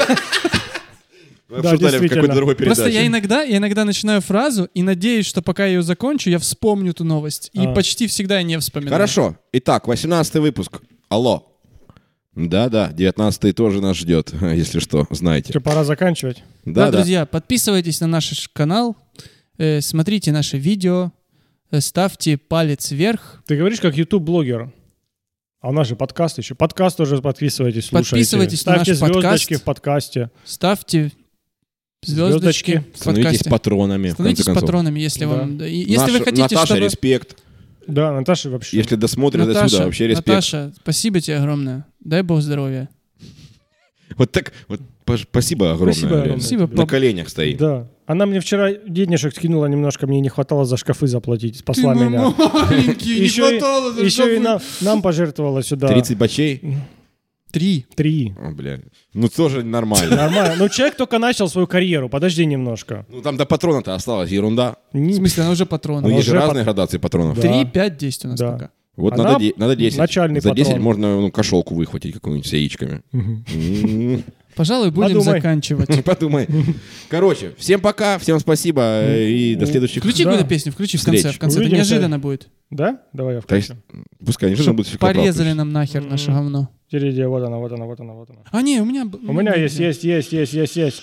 Мы Да, обсуждали в действительно. какой-то другой передаче. Просто я иногда, я иногда начинаю фразу и надеюсь, что пока я ее закончу, я вспомню эту новость. И А. почти всегда я не вспоминаю. Хорошо. Итак, восемнадцатый выпуск. Алло. Да-да, девятнадцатый тоже нас ждет, если что, знаете. Что, пора заканчивать? Да, Да-да. друзья, подписывайтесь на наш ш- канал, э, смотрите наши видео, ставьте палец вверх. Ты говоришь, как YouTube-блогер. А у нас же подкаст еще. Подкаст тоже подписывайтесь, слушайте. Подписывайтесь Ставьте на наш звездочки подкаст. в подкасте. Ставьте звездочки, Звездочки. в Становитесь подкасте. патронами, Становитесь в конце концов. патронами, если Да. вам... да, и- Если Наша- вы хотите, Наташа, чтобы... респект. Да, Наташа вообще. Если досмотришь до Наташа, сюда, вообще респект. Наташа, спасибо тебе огромное. Дай бог здоровья. Вот так, вот пож- спасибо огромное. Спасибо реально. огромное. Спасибо. На коленях стоит. Да. Она мне вчера денежек скинула немножко, мне не хватало за шкафы заплатить. Спасла меня. маленький, не Еще и- хватало за Еще и шкафы. нам, нам пожертвовала сюда. тридцать бачей? Три. Три. О, бля. Ну, тоже нормально. Нормально. Ну, человек только начал свою карьеру. Подожди немножко. Ну, там до патрона-то осталось ерунда. В Не- смысле, она уже Ну, патрон. есть же уже разные пат- градации патронов. Да. Три, пять, десять у нас Да. пока. Вот Она надо, де- надо десять. начальный За десять патрон. можно ну, кошелку выхватить какую-нибудь с яичками. М. Пожалуй, будем Подумай. заканчивать. Подумай. Короче, всем пока, всем спасибо э, и до следующих... Включи Да. какую-то песню, включи в конце. Встреч. В конце. Это Увидимся. неожиданно будет. Да? Давай я То есть, включу. пускай, не Чтоб будет фикоплав. порезали нам нахер наше говно. Теридия, вот она, вот она, вот она, вот она. А, не, у меня... б- У меня есть, есть, есть, есть, есть, есть.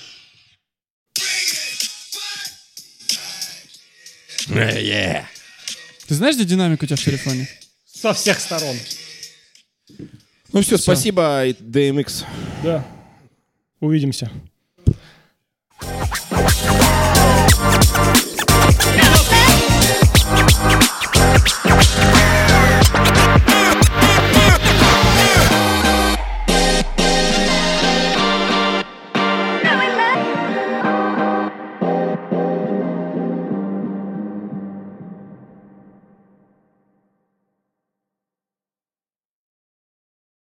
Э, е. Ты знаешь, где динамик у тебя в телефоне? Со всех сторон. Ну все, спасибо, и ди эм икс. Да. Увидимся.